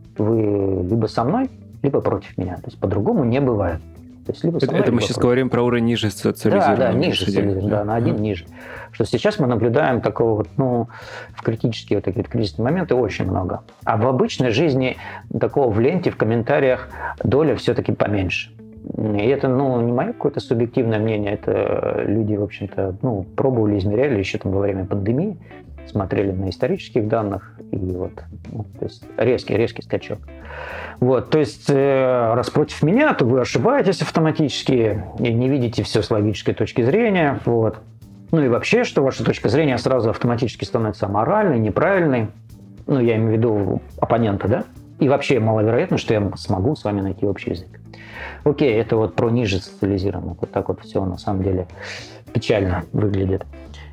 вы либо со мной, либо против меня. То есть по-другому не бывает. То есть, либо это мной, это мы либо сейчас против. говорим про уровень ниже социализированного. Да, да, ниже социализированного, да, на один mm-hmm. ниже. Что сейчас мы наблюдаем такого вот, ну, в критические вот такие кризисные моменты очень много. А в обычной жизни такого в ленте, в комментариях доля все-таки поменьше. И это, ну, не мое какое-то субъективное мнение, это люди, в общем-то, ну, пробовали, измеряли еще там во время пандемии, смотрели на исторических данных, и вот, ну, то есть резкий, резкий скачок. Вот, то есть, э, раз против меня, то вы ошибаетесь автоматически, и не видите все с логической точки зрения, вот. Ну и вообще, что ваша точка зрения сразу автоматически становится аморальной, неправильной, ну, я имею в виду оппонента, да, и вообще маловероятно, что я смогу с вами найти общий язык. Окей, это вот про ниже социализированных, вот так вот все на самом деле печально выглядит.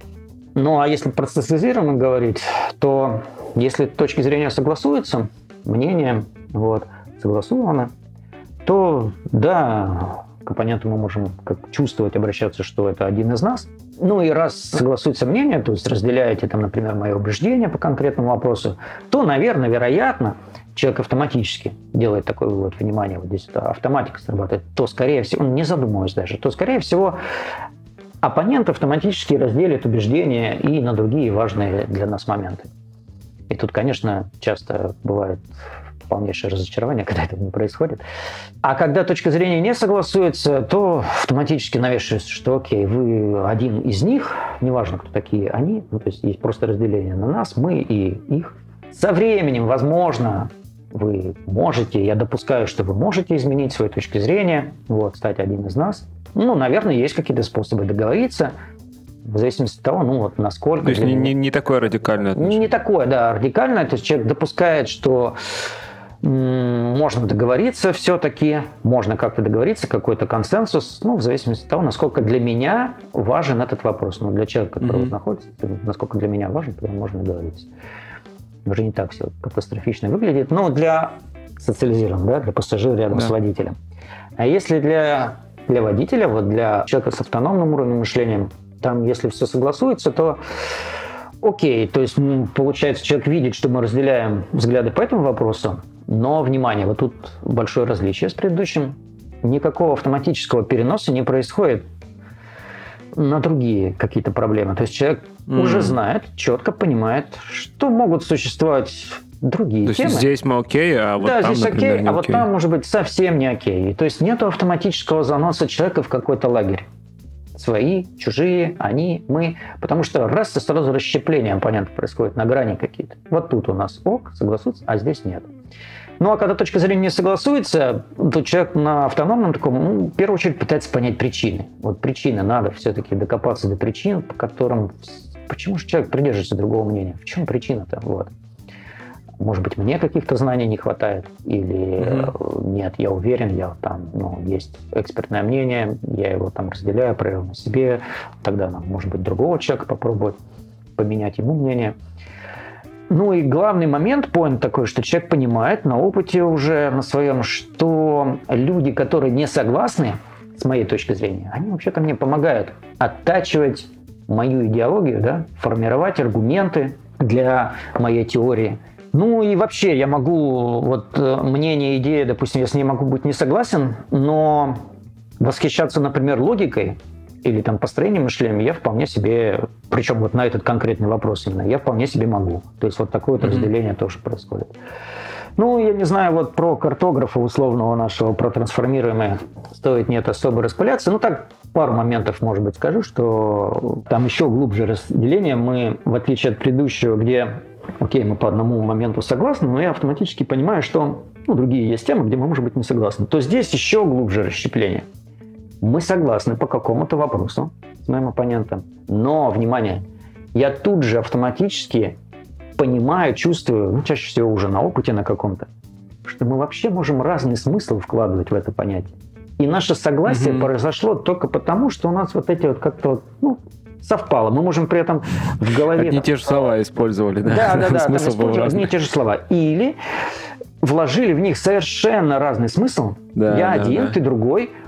Ну, а если про социализированных говорить, то если точки зрения согласуются, мнения вот, согласованы, то да, к оппоненту мы можем как чувствовать, обращаться, что это один из нас. Ну и раз согласуется мнение, то есть разделяете, там, например, мои убеждения по конкретному вопросу, то, наверное, вероятно, человек автоматически делает такой вывод, внимание, вот здесь это автоматика срабатывает, то, скорее всего, не задумываясь даже, то, скорее всего, оппонент автоматически разделит убеждения и на другие важные для нас моменты. И тут, конечно, часто бывает полнейшее разочарование, когда это не происходит. А когда точка зрения не согласуется, то автоматически навешивается, что окей, вы один из них, неважно, кто такие они, ну, то есть есть просто разделение на нас, мы и их. Со временем, возможно, вы можете, я допускаю, что вы можете изменить свою точку зрения, вот, стать один из нас. Ну, наверное, есть какие-то способы договориться, в зависимости от того, ну, вот, насколько... То есть не, не, не такое радикальное отношение? Не такое, да, радикальное. То есть человек допускает, что м- можно договориться все-таки, можно как-то договориться, какой-то консенсус, ну, в зависимости от того, насколько для меня важен этот вопрос. Ну, для человека, который mm-hmm. находится, насколько для меня важен, то можно договориться. Уже не так все катастрофично выглядит. Но для социализированного, да, для пассажира рядом да. с водителем. А если для... Для водителя, вот для человека с автономным уровнем мышления, там, если все согласуется, то окей, то есть, получается, человек видит, что мы разделяем взгляды по этому вопросу, но, внимание, вот тут большое различие с предыдущим, никакого автоматического переноса не происходит на другие какие-то проблемы. То есть человек mm. уже знает, четко понимает, что могут существовать другие то темы. То есть здесь мы окей, а вот да, там, здесь например, окей, не а вот окей. там может быть совсем не окей. То есть нет автоматического заноса человека в какой-то лагерь. Свои, чужие, они, мы. Потому что раз и сразу расщепление оппонентов происходит на грани какие-то. Вот тут у нас ок, согласуется, а здесь нет. Ну а когда точка зрения не согласуется, то человек на автономном таком, ну, в первую очередь пытается понять причины. Вот причины, надо все-таки докопаться до причин, по которым... Почему же человек придерживается другого мнения? В чем причина-то? Вот. Может быть, мне каких-то знаний не хватает, или mm-hmm. нет, я уверен, я там, ну, есть экспертное мнение, я его там разделяю, проверил на себе, тогда нам, может быть, другого человека попробовать поменять ему мнение. Ну и главный момент, поинт такой, что человек понимает на опыте уже, на своем, что люди, которые не согласны, с моей точки зрения, они вообще-то мне помогают оттачивать мою идеологию, да, формировать аргументы для моей теории. Ну и вообще я могу, вот мнение, идея, допустим, я с ней могу быть не согласен, но восхищаться, например, логикой или там построением мышления я вполне себе, причем вот на этот конкретный вопрос именно, я вполне себе могу. То есть вот такое вот mm-hmm. разделение тоже происходит. Ну, я не знаю, вот про картографа условного нашего, про трансформируемое, стоит нет особо распыляться. Ну так, пару моментов, может быть, скажу, что там еще глубже разделение. Мы, в отличие от предыдущего, где... Окей, мы по одному моменту согласны, но я автоматически понимаю, что ну, другие есть темы, где мы, может быть, не согласны. То здесь еще глубже расщепление. Мы согласны по какому-то вопросу с моим оппонентом, но, внимание, я тут же автоматически понимаю, чувствую, ну, чаще всего уже на опыте на каком-то, что мы вообще можем разный смысл вкладывать в это понятие. И наше согласие mm-hmm. произошло только потому, что у нас вот эти вот как-то, ну, совпало. Мы можем при этом в голове... Одни и те же слова использовали, да? Да, да, да. Смысл был разный. Одни и те же слова. Или вложили в них совершенно разный смысл. Да, Я да, один, да. ты другой.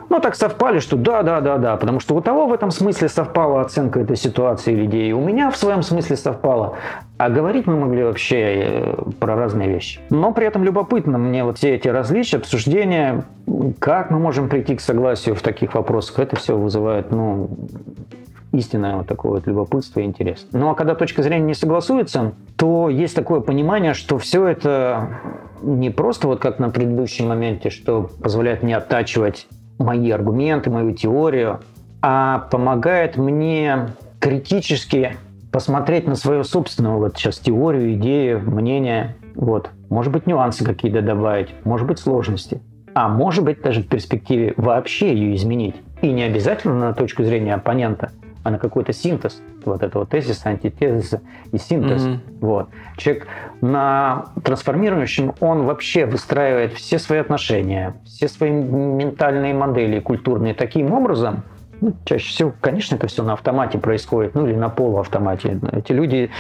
ну, так совпали, что да, да, да, да, потому что у того в этом смысле совпала оценка этой ситуации или идеи, у меня в своем смысле совпало. А говорить мы могли вообще про разные вещи. Но при этом любопытно мне вот все эти различия, обсуждения, как мы можем прийти к согласию в таких вопросах, это все вызывает, ну, истинное вот такое вот любопытство и интерес. Ну а когда точка зрения не согласуется, то есть такое понимание, что все это не просто вот как на предыдущем моменте, что позволяет мне оттачивать мои аргументы, мою теорию, а помогает мне критически посмотреть на свою собственную вот сейчас теорию, идею, мнение. Вот. Может быть, нюансы какие-то добавить, может быть, сложности. А может быть, даже в перспективе вообще ее изменить. И не обязательно на точку зрения оппонента, а на какой-то синтез вот этого тезиса, антитезиса и синтез. Mm-hmm. Вот. Человек на трансформирующем, он вообще выстраивает все свои отношения, все свои ментальные модели культурные таким образом, ну, чаще всего, конечно, это все на автомате происходит, ну или на полуавтомате. Эти люди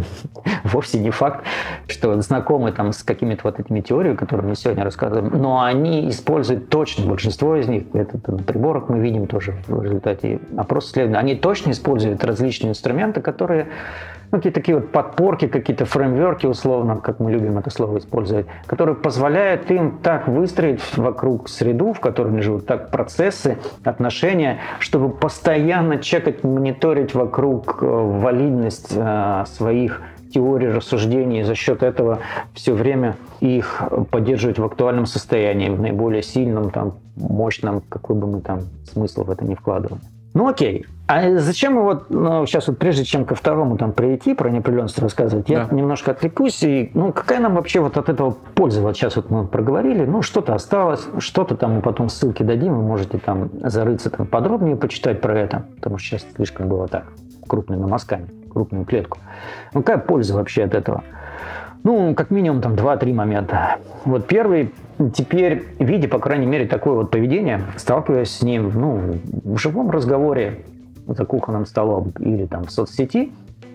вовсе не факт, что знакомы там с какими-то вот этими теориями, которые мы сегодня рассказываем, но они используют точно, большинство из них, это на приборах мы видим тоже в результате опроса исследований, они точно используют различные инструменты, которые, ну, какие-то такие вот подпорки, какие-то фреймворки, условно, как мы любим это слово использовать, которые позволяют им так выстроить вокруг среду, в которой они живут, так процессы, отношения, чтобы постоянно чекать, мониторить вокруг валидность э, своих теорий, рассуждений, и за счет этого все время их поддерживать в актуальном состоянии, в наиболее сильном, там, мощном, какой бы мы там смысл в это ни вкладывали. Ну окей. А зачем мы вот, ну, сейчас вот прежде чем ко второму там прийти, про неопределенность рассказывать, я да. немножко отвлекусь, и ну какая нам вообще вот от этого польза? Вот сейчас вот мы проговорили, ну что-то осталось, что-то там мы потом ссылки дадим, вы можете там зарыться там подробнее, почитать про это, потому что сейчас слишком было так, крупными мазками, крупную клетку. Ну какая польза вообще от этого? Ну, как минимум там два-три момента. Вот первый, теперь, видя, по крайней мере, такое вот поведение, сталкиваясь с ним, ну, в живом разговоре за кухонным столом или там в соцсети,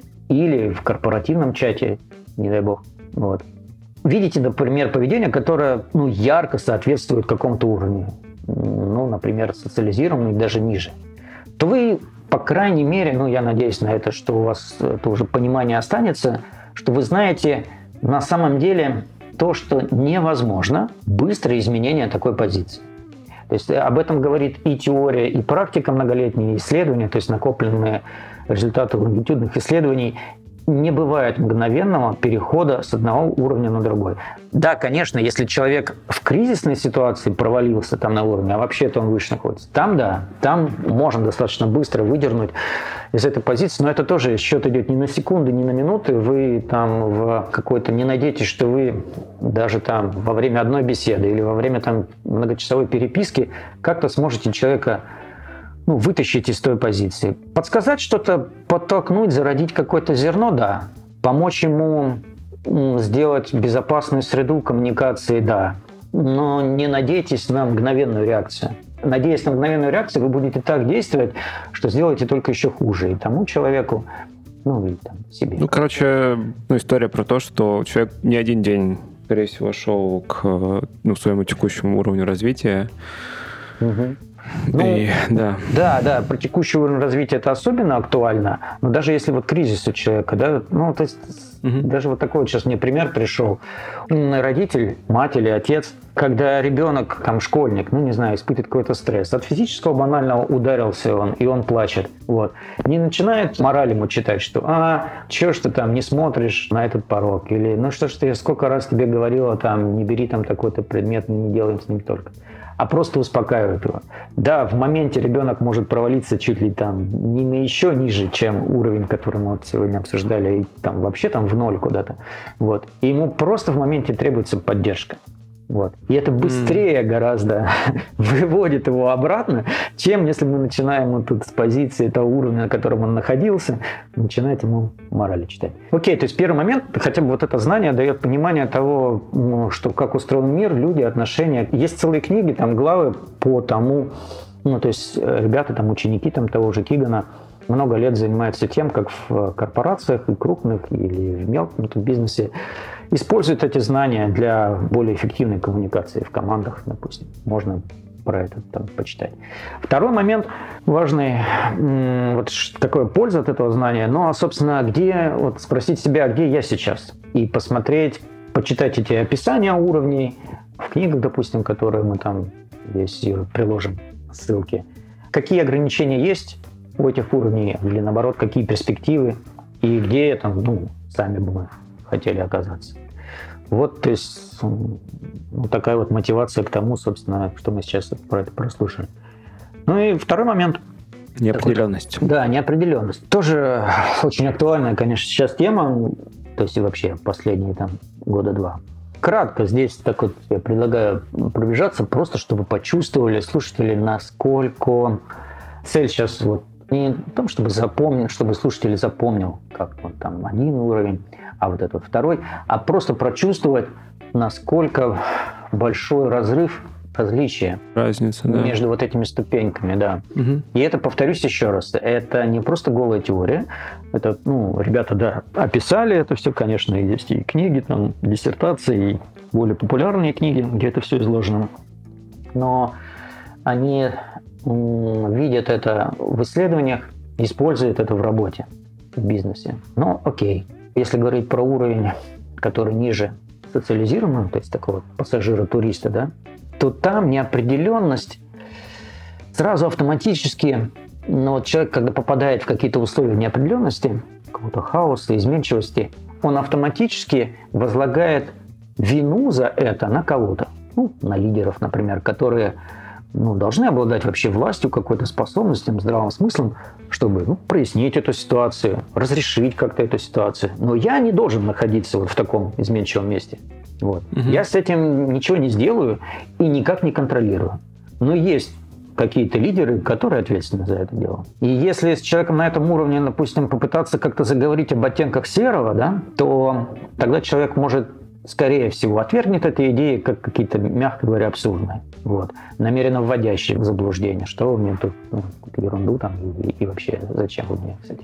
или в корпоративном чате, не дай бог, вот. Видите, например, поведение, которое, ну, ярко соответствует какому-то уровню, ну, например, социализированный, даже ниже, то вы, по крайней мере, ну, я надеюсь на это, что у вас это уже понимание останется, что вы знаете на самом деле то, что невозможно быстрое изменение такой позиции. То есть об этом говорит и теория, и практика многолетние исследования, то есть накопленные результаты лонгитюдных исследований. Не бывает мгновенного перехода с одного уровня на другой. Да, конечно, если человек в кризисной ситуации провалился там на уровне, а вообще-то он выше находится, там да, там можно достаточно быстро выдернуть из этой позиции, но это тоже счет идет не на секунды, не на минуты, вы там в какой-то, не надейтесь, что вы даже там во время одной беседы или во время там многочасовой переписки как-то сможете человека, ну, вытащить из той позиции. Подсказать что-то, подтолкнуть, зародить какое-то зерно, да. Помочь ему сделать безопасную среду коммуникации, да. Но не надейтесь на мгновенную реакцию. Надеясь на мгновенную реакцию, вы будете так действовать, что сделаете только еще хуже и тому человеку, ну, и там, себе. Ну, короче, ну, история про то, что человек не один день, скорее всего, шел к, ну, своему текущему уровню развития. Угу. Ну, и, да. да, да, про текущий уровень развития это особенно актуально, но даже если вот кризис у человека, да, ну, то есть угу. даже вот такой вот сейчас мне пример пришел. Родитель, мать или отец, когда ребенок, там, школьник, ну, не знаю, испытывает какой-то стресс, от физического банального ударился он, и он плачет, вот, не начинает мораль ему читать, что, а, чё ж ты там не смотришь на этот порог, или, ну, что ж ты, я сколько раз тебе говорила, там, не бери там такой-то предмет, не делаем с ним только. А просто успокаивает его. Да, в моменте ребенок может провалиться чуть ли там не на еще ниже, чем уровень, который мы вот сегодня обсуждали, и там вообще там в ноль куда-то. Вот. И ему просто в моменте требуется поддержка. Вот. И это быстрее mm. гораздо выводит его обратно, чем если мы начинаем вот тут с позиции того уровня, на котором он находился, начинать ему морали читать. Окей, то есть первый момент, хотя бы вот это знание дает понимание того, ну, что как устроен мир, люди, отношения. Есть целые книги, там главы по тому, ну то есть ребята, там ученики там того же Кигана, много лет занимаются тем, как в корпорациях и крупных, или в мелком бизнесе используют эти знания для более эффективной коммуникации в командах, допустим. Можно про это там почитать. Второй момент важный, вот какая польза от этого знания, ну, а, собственно, где, вот спросить себя, где я сейчас, и посмотреть, почитать эти описания уровней в книгах, допустим, которые мы там здесь приложим, ссылки. Какие ограничения есть у этих уровней, или наоборот, какие перспективы, и где там, ну, сами бы мы хотели оказаться. Вот, то есть, ну, такая вот мотивация к тому, собственно, что мы сейчас про это прослушали. Ну и второй момент. Неопределенность. Такой, да, неопределенность. Тоже очень актуальная, конечно, сейчас тема, то есть и вообще последние там года два. Кратко здесь так вот я предлагаю пробежаться, просто чтобы почувствовали слушатели, насколько цель сейчас вот не в том, чтобы запомнить, чтобы слушатель запомнил, как вот там один уровень, а вот этот второй, а просто прочувствовать, насколько большой разрыв, различие Разница, да. между вот этими ступеньками, да. Угу. И это, повторюсь еще раз, это не просто голая теория, это, ну, ребята, да, описали это все, конечно, и есть и книги, там, диссертации, и более популярные книги, где это все изложено, но они м- видят это в исследованиях, используют это в работе, в бизнесе. Ну, окей. Если говорить про уровень, который ниже социализированного, то есть такого пассажира-туриста, да, то там неопределенность сразу автоматически, ну, вот человек, когда попадает в какие-то условия неопределенности, какого-то хаоса, изменчивости, он автоматически возлагает вину за это на кого-то. Ну, на лидеров, например, которые, ну, должны обладать вообще властью, какой-то способностью, здравым смыслом, чтобы, ну, прояснить эту ситуацию, разрешить как-то эту ситуацию. Но я не должен находиться вот в таком изменчивом месте. Вот. Угу. Я с этим ничего не сделаю и никак не контролирую. Но есть какие-то лидеры, которые ответственны за это дело. И если с человеком на этом уровне, допустим, попытаться как-то заговорить об оттенках серого, да, то тогда человек может, скорее всего, отвергнет эти идеи как какие-то, мягко говоря, абсурдные. Вот. Намеренно вводящие в заблуждение. Что вы мне тут, ну, какую-то ерунду там, и, и вообще зачем вы мне, кстати.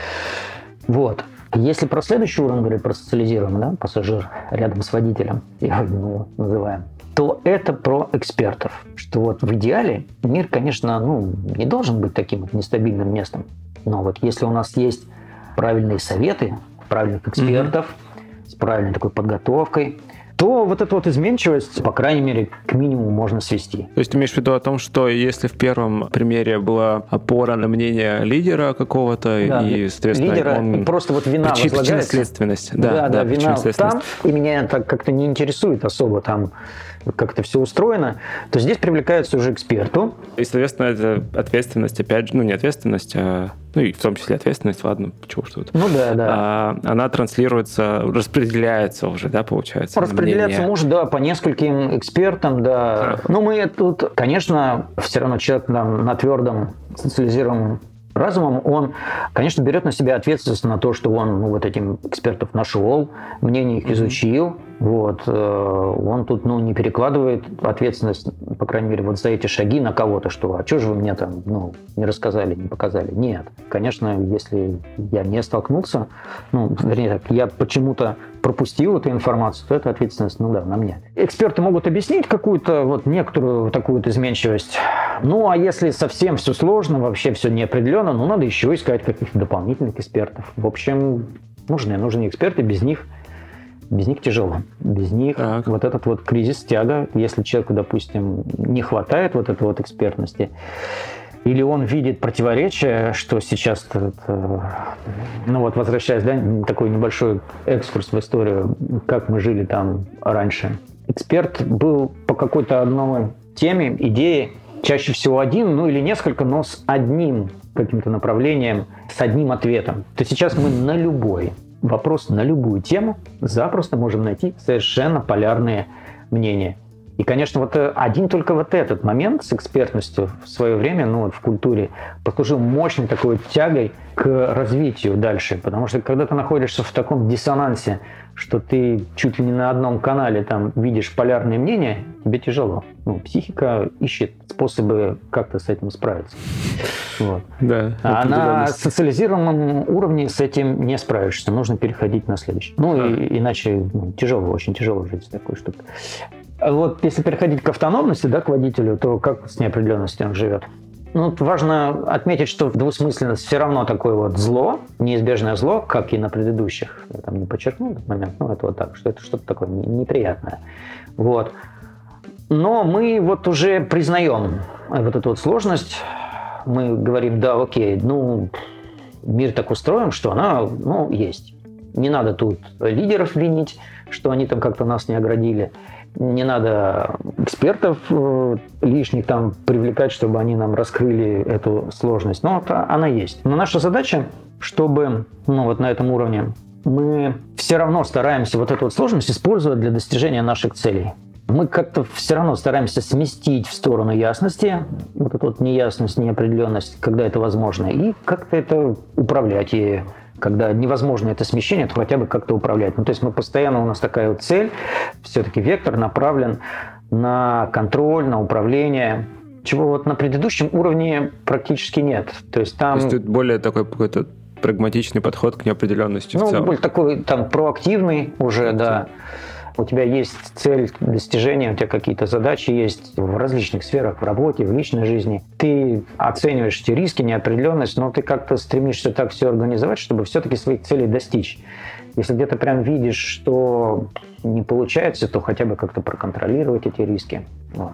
Вот. Если про следующий уровень говорить, про социализированный, да, пассажир рядом с водителем, я его называем, то это про экспертов. Что вот в идеале мир, конечно, ну, не должен быть таким вот нестабильным местом. Но вот если у нас есть правильные советы, правильных экспертов, mm-hmm. с правильной такой подготовкой, то вот эту вот изменчивость, по крайней мере, к минимуму можно свести. То есть ты имеешь в виду о том, что если в первом примере была опора на мнение лидера какого-то, да, и, соответственно, лидера, он... просто вот вина Причина, возлагается. Причинно-следственность. Да, да, да, да, вина там, и меня это как-то не интересует особо там, как это все устроено, то здесь привлекается уже эксперту. И, соответственно, это ответственность, опять же, ну, не ответственность, а, ну, и в том числе ответственность, ладно, почему что-то. Ну, да, да. А, она транслируется, распределяется уже, да, получается? Распределяться мнение. может, да, по нескольким экспертам, да. Но мы тут, конечно, все равно человек на, на твердом социализированном разумом, он, конечно, берет на себя ответственность на то, что он, ну, вот этим экспертов нашел, мнение их изучил, вот, он тут, ну, не перекладывает ответственность, по крайней мере, вот за эти шаги на кого-то, что, а что же вы мне там, ну, не рассказали, не показали. Нет, конечно, если я не столкнулся, ну, вернее, так, я почему-то пропустил эту информацию, то эта ответственность, ну да, на мне. Эксперты могут объяснить какую-то вот некоторую такую вот изменчивость. Ну, а если совсем все сложно, вообще все неопределенно, ну, надо еще искать каких-то дополнительных экспертов. В общем, нужны, нужны эксперты, без них, без них тяжело. Без них так. Вот этот вот кризис, тяга, если человеку, допустим, не хватает вот этой вот экспертности, или он видит противоречие, что сейчас, ну вот возвращаясь, да, такой небольшой экскурс в историю, как мы жили там раньше. Эксперт был по какой-то одной теме, идее, чаще всего один, ну или несколько, но с одним каким-то направлением, с одним ответом. То сейчас мы на любой вопрос, на любую тему запросто можем найти совершенно полярные мнения. И, конечно, вот один только вот этот момент с экспертностью в свое время, ну вот в культуре, послужил мощной такой тягой к развитию дальше. Потому что когда ты находишься в таком диссонансе, что ты чуть ли не на одном канале там видишь полярные мнения, тебе тяжело. Ну, психика ищет способы как-то с этим справиться. Вот. Да, а на социализированном уровне с этим не справишься. Нужно переходить на следующий. Ну, а. и, иначе ну, тяжело, очень тяжело жить с такой штукой. А вот если переходить к автономности, да, к водителю, то как с неопределенностью он живет? Ну, важно отметить, что двусмысленность все равно такое вот зло, неизбежное зло, как и на предыдущих. Я там не подчеркнул этот момент, но это вот так, что это что-то такое неприятное. Вот. Но мы вот уже признаем вот эту вот сложность. Мы говорим, да, окей, ну, мир так устроен, что она, ну, есть. Не надо тут лидеров винить, что они там как-то нас не оградили. Не надо экспертов э, лишних там привлекать, чтобы они нам раскрыли эту сложность. Но вот она есть. Но наша задача, чтобы, ну, вот на этом уровне мы все равно стараемся вот эту вот сложность использовать для достижения наших целей. Мы как-то все равно стараемся сместить в сторону ясности, вот эту вот неясность, неопределенность, когда это возможно, и как-то это управлять ею. Когда невозможно это смещение, то хотя бы как-то управлять. Ну, то есть мы постоянно, у нас такая вот цель, все-таки вектор направлен на контроль, на управление, чего вот на предыдущем уровне практически нет. То есть там... То есть тут более такой какой-то прагматичный подход к неопределенности, ну, в целом. Более такой там проактивный уже, да. У тебя есть цель достижения, у тебя какие-то задачи есть в различных сферах, в работе, в личной жизни. Ты оцениваешь эти риски, неопределенность, но ты как-то стремишься так все организовать, чтобы все-таки своих целей достичь. Если где-то прям видишь, что не получается, то хотя бы как-то проконтролировать эти риски. Вот.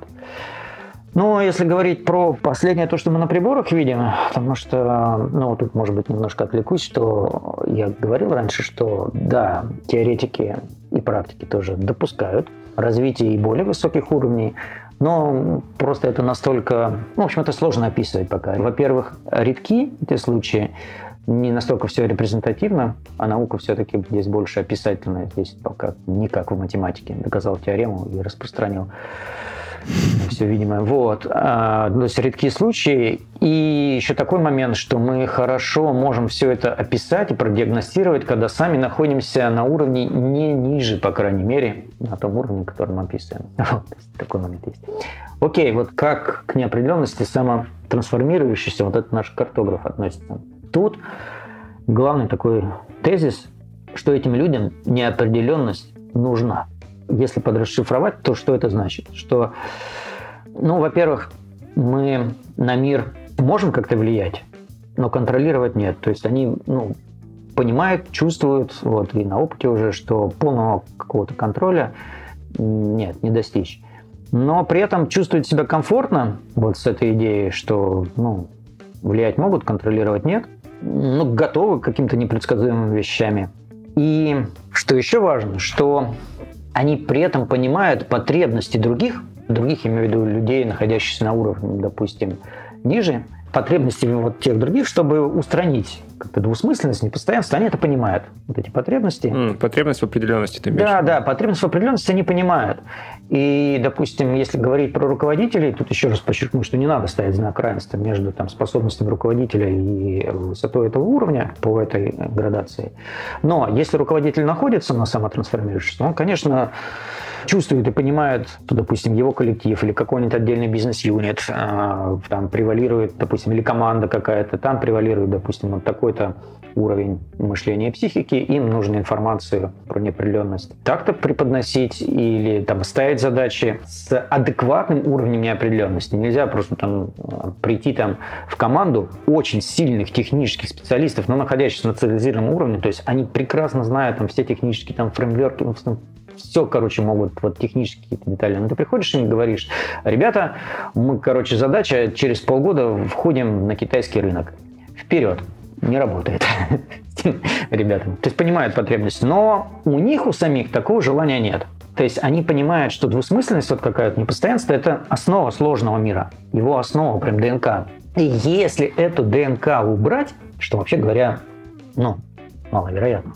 Ну, если говорить про последнее, то, что мы на приборах видим, потому что, ну, тут, может быть, немножко отвлекусь, что я говорил раньше, что, да, теоретики и практики тоже допускают развитие и более высоких уровней, но просто это настолько, ну, в общем, это сложно описывать пока. Во-первых, редки эти случаи, не настолько все репрезентативно, а наука все-таки здесь больше описательная, здесь пока не как в математике. Доказал теорему и распространил все видимое. Вот. А, то есть редкие случаи. И еще такой момент, что мы хорошо можем все это описать и продиагностировать, когда сами находимся на уровне не ниже, по крайней мере, на том уровне, который мы описываем. Вот. Такой момент есть. Окей, вот как к неопределенности самотрансформирующийся вот этот наш картограф относится. Тут главный такой тезис, что этим людям неопределенность нужна. Если подрасшифровать, то что это значит? Что, ну, во-первых, мы на мир можем как-то влиять, но контролировать нет. То есть они, ну, понимают, чувствуют, вот, и на опыте уже, что полного какого-то контроля нет, не достичь. Но при этом чувствуют себя комфортно вот с этой идеей, что, ну, влиять могут, контролировать нет, ну, готовы к каким-то непредсказуемым вещами. И что еще важно, что они при этом понимают потребности других, других, имею в виду людей, находящихся на уровне, допустим, ниже, потребности вот тех других, чтобы устранить как-то двусмысленность, непостоянство, они это понимают, вот эти потребности. Mm, потребность в определенности ты имеешь? Да, да, потребность в определенности они понимают. И, допустим, если говорить про руководителей, тут еще раз подчеркну, что не надо ставить знак равенства между там, способностями руководителя и высотой этого уровня по этой градации. Но если руководитель находится на самотрансформирующемся, он, конечно, чувствует и понимает, что, допустим, его коллектив или какой-нибудь отдельный бизнес-юнит, там превалирует, допустим, или команда какая-то, там превалирует, допустим, вот такой-то уровень мышления и психики, им нужно информацию про неопределенность так-то преподносить или там ставить задачи с адекватным уровнем неопределенности. Нельзя просто там прийти там в команду очень сильных технических специалистов, но находящихся на специализированном уровне, то есть они прекрасно знают там все технические там фреймворки, все, короче, могут, вот технические какие-то детали. Но ты приходишь и говоришь: ребята, мы, короче, задача, через полгода входим на китайский рынок. Вперед! Не работает. Ребята. То есть понимают потребности. Но у них, у самих, такого желания нет. То есть они понимают, что двусмысленность, вот какая-то непостоянство, это основа сложного мира. Его основа, прям ДНК. И если эту ДНК убрать, что, вообще говоря, ну, маловероятно,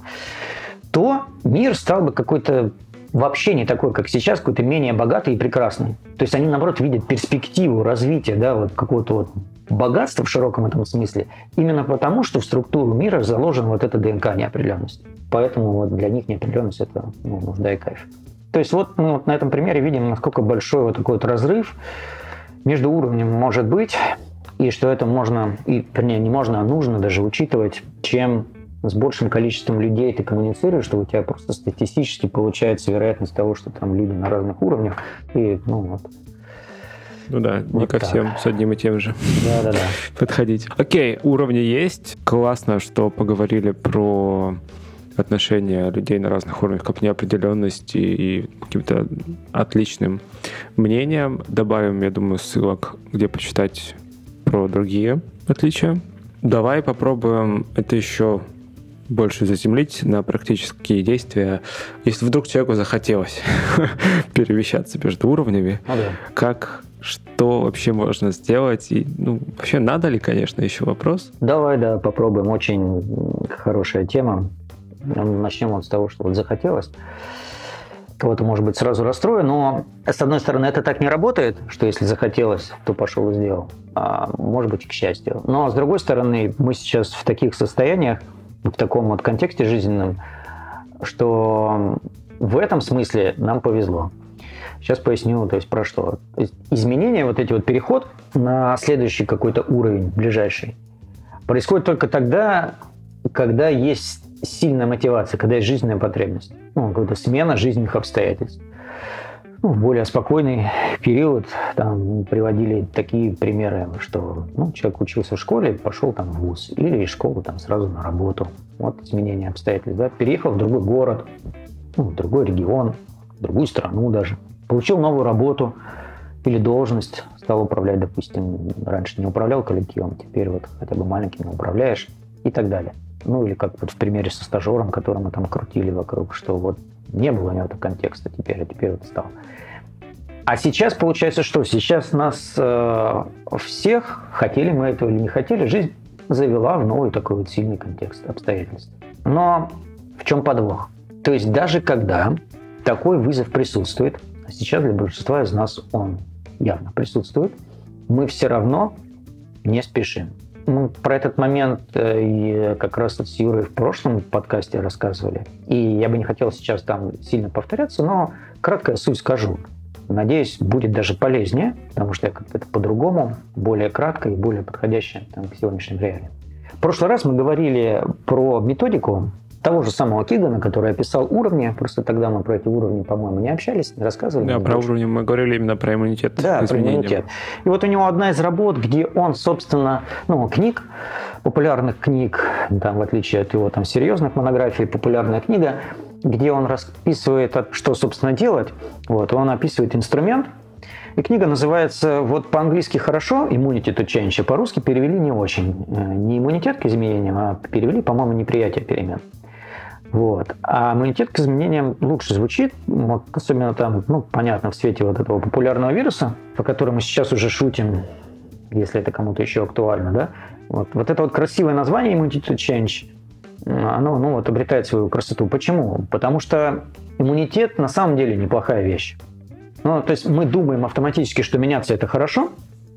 то мир стал бы какой-то вообще не такой, как сейчас, какой-то менее богатый и прекрасный. То есть они, наоборот, видят перспективу развития, да, вот какого-то вот богатства в широком этом смысле, именно потому, что в структуру мира заложена вот эта ДНК неопределенности. Поэтому вот для них неопределенность — это, ну, нужда и кайф. То есть вот мы вот на этом примере видим, насколько большой вот такой вот разрыв между уровнем может быть, и что это можно, и, вернее, не можно, а нужно даже учитывать, чем с большим количеством людей ты коммуницируешь, что у тебя просто статистически получается вероятность того, что там люди на разных уровнях. И, ну, вот. Ну да, вот не ко так. Всем с одним и тем же Да-да-да. подходить. Окей, уровни есть. Классно, что поговорили про отношения людей на разных уровнях к неопределенности и каким-то отличным мнениям. Добавим, я думаю, ссылок, где почитать про другие отличия. Давай попробуем это еще больше заземлить на практические действия. Если вдруг человеку захотелось перемещаться между уровнями, а, да. как, что вообще можно сделать? И, ну, вообще надо ли, конечно, еще вопрос? Давай, да, попробуем. Очень хорошая тема. Начнем вот с того, что вот захотелось. Кого-то, может быть, сразу расстрою, но, с одной стороны, это так не работает, что если захотелось, то пошел и сделал. А, может быть, к счастью. Но, с другой стороны, мы сейчас в таких состояниях, в таком вот контексте жизненном, что в этом смысле нам повезло. Сейчас поясню, то есть про что. То есть изменения, вот эти вот переход на следующий какой-то уровень, ближайший, происходит только тогда, когда есть сильная мотивация, когда есть жизненная потребность. Ну, какая-то смена жизненных обстоятельств. Ну, в более спокойный период там приводили такие примеры, что ну, человек учился в школе, пошел там в вуз, или из школы там сразу на работу. Вот изменение обстоятельств. Да? Переехал в другой город, ну, в другой регион, в другую страну даже. Получил новую работу или должность, стал управлять, допустим, раньше не управлял коллективом, теперь вот хотя бы маленьким управляешь и так далее. Ну, или как вот в примере со стажером, который мы там крутили вокруг, что вот не было у него этого контекста теперь, а теперь вот стал. А сейчас получается что? Сейчас нас э, всех, хотели мы этого или не хотели, жизнь завела в новый такой вот сильный контекст обстоятельств. Но в чем подвох? То есть даже когда такой вызов присутствует, а сейчас для большинства из нас он явно присутствует, мы все равно не спешим. Мы про этот момент и как раз с Юрой в прошлом подкасте рассказывали. И я бы не хотел сейчас там сильно повторяться, но краткая суть скажу. Надеюсь, будет даже полезнее, потому что я как-то это по-другому, более кратко и более подходящее там, к сегодняшним реалиям. В прошлый раз мы говорили про методику того же самого Кигана, который описал уровни. Просто тогда мы про эти уровни, по-моему, не общались, не рассказывали. Да, про больше. Уровни мы говорили именно про иммунитет. Да, про иммунитет. И вот у него одна из работ, где он, собственно, ну, книг, популярных книг, там, в отличие от его там, серьезных монографий, популярная книга, где он расписывает, что, собственно, делать. Вот, он описывает инструмент. И книга называется, вот по-английски хорошо, Immunity to Change, а по-русски перевели не очень. Не иммунитет к изменениям, а перевели, по-моему, неприятие перемен. Вот. А иммунитет к изменениям лучше звучит, вот, особенно там, ну, понятно, в свете вот этого популярного вируса, по которому сейчас уже шутим, если это кому-то еще актуально, да. Вот, вот это вот красивое название Immunity to Change, оно, ну, вот, обретает свою красоту. Почему? Потому что иммунитет на самом деле неплохая вещь. Ну, то есть мы думаем автоматически, что меняться это хорошо.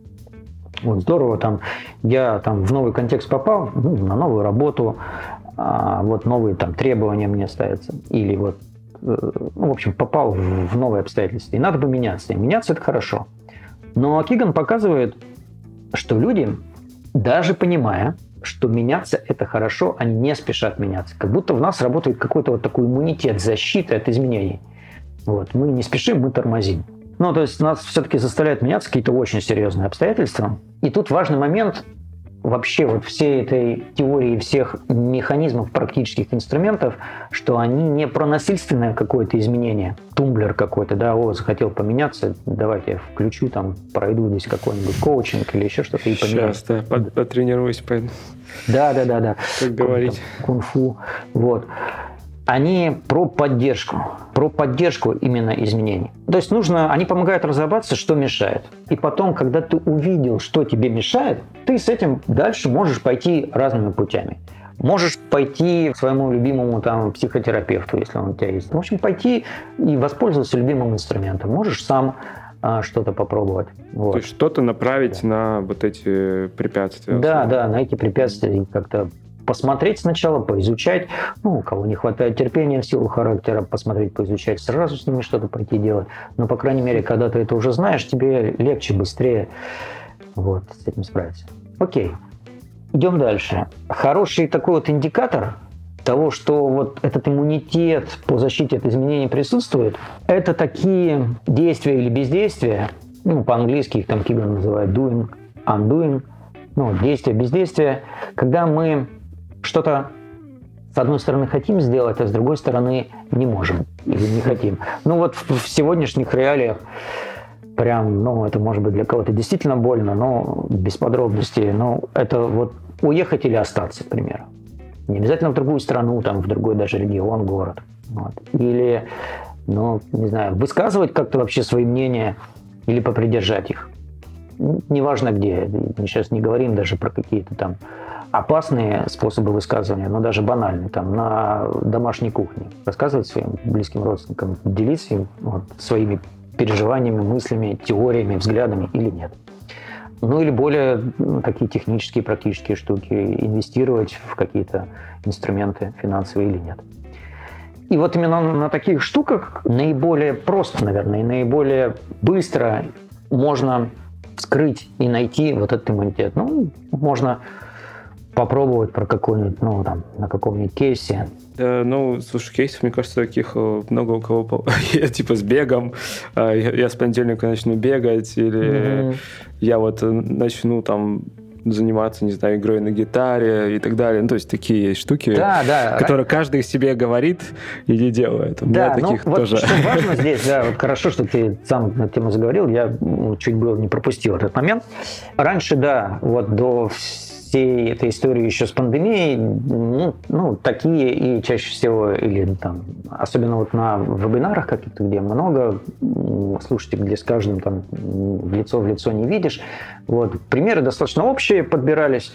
Вот здорово, там, я там в новый контекст попал, ну, на новую работу, а, вот новые там требования мне ставятся. Или вот, э, ну, в общем, попал в, в новые обстоятельства. И надо бы меняться. И меняться это хорошо. Но Киган показывает, что люди, даже понимая, что меняться это хорошо, они не спешат меняться. Как будто в нас работает какой-то вот такой иммунитет, защита от изменений. Вот. Мы не спешим, мы тормозим. Ну, то есть нас все-таки заставляют меняться какие-то очень серьезные обстоятельства. И тут важный момент вообще вот всей этой теории, всех механизмов, практических инструментов, что они не про насильственное какое-то изменение. Тумблер какой-то, да, о, захотел поменяться, давайте я включу, там, пройду здесь какой-нибудь коучинг или еще что-то и поменяю. Сейчас, да, потренируюсь, пойду. Да, да, да, да. Как говорить. Кунг-фу. Вот. Они про поддержку, про поддержку именно изменений. То есть нужно, они помогают разобраться, что мешает. И потом, когда ты увидел, что тебе мешает, ты с этим дальше можешь пойти разными путями. Можешь пойти к своему любимому там, психотерапевту, если он у тебя есть. В общем, пойти и воспользоваться любимым инструментом. Можешь сам а, что-то попробовать. Вот. То есть что-то направить да. на вот эти препятствия. Да, да, на эти препятствия и как-то посмотреть сначала, поизучать. Ну, у кого не хватает терпения в силу характера, посмотреть, поизучать, сразу с ними что-то пойти делать. Но, по крайней мере, когда ты это уже знаешь, тебе легче, быстрее вот, с этим справиться. Окей. Идем дальше. Хороший такой вот индикатор того, что вот этот иммунитет по защите от изменений присутствует, это такие действия или бездействия, ну, по-английски их там Киган называют doing, undoing, ну, действие, бездействие, когда мы что-то с одной стороны хотим сделать, а с другой стороны не можем или не хотим. Ну вот в, в сегодняшних реалиях прям, ну, это может быть для кого-то действительно больно, но без подробностей, но это вот уехать или остаться, к примеру. Не обязательно в другую страну, там, в другой даже регион, город. Вот. Или, ну, не знаю, высказывать как-то вообще свои мнения или попридержать их. Неважно где. Мы сейчас не говорим даже про какие-то там опасные способы высказывания, но даже банальные, там, на домашней кухне. Рассказывать своим близким родственникам, делиться им вот, своими переживаниями, мыслями, теориями, взглядами или нет. Ну или более ну, такие технические, практические штуки, инвестировать в какие-то инструменты финансовые или нет. И вот именно на таких штуках наиболее просто, наверное, и наиболее быстро можно вскрыть и найти вот этот иммунитет. Ну, можно попробовать про какой-нибудь, ну, там, на каком-нибудь кейсе. Да, ну, слушай, кейсов, мне кажется, таких много у кого... Я, типа, с бегом, я с понедельника начну бегать, или mm-hmm. я вот начну, там, заниматься, не знаю, игрой на гитаре и так далее. Ну, то есть такие есть штуки, да, да. которые каждый себе говорит или делает. У да, меня таких ну, тоже. Вот, что важно здесь, да, вот хорошо, что ты сам на тему заговорил, я чуть было не пропустил этот момент. Раньше, да, вот до всей этой истории еще с пандемией, ну, ну такие и чаще всего, или там, особенно вот на вебинарах каких-то, где много слушателей, где с каждым там в лицо в лицо не видишь, вот, примеры достаточно общие подбирались.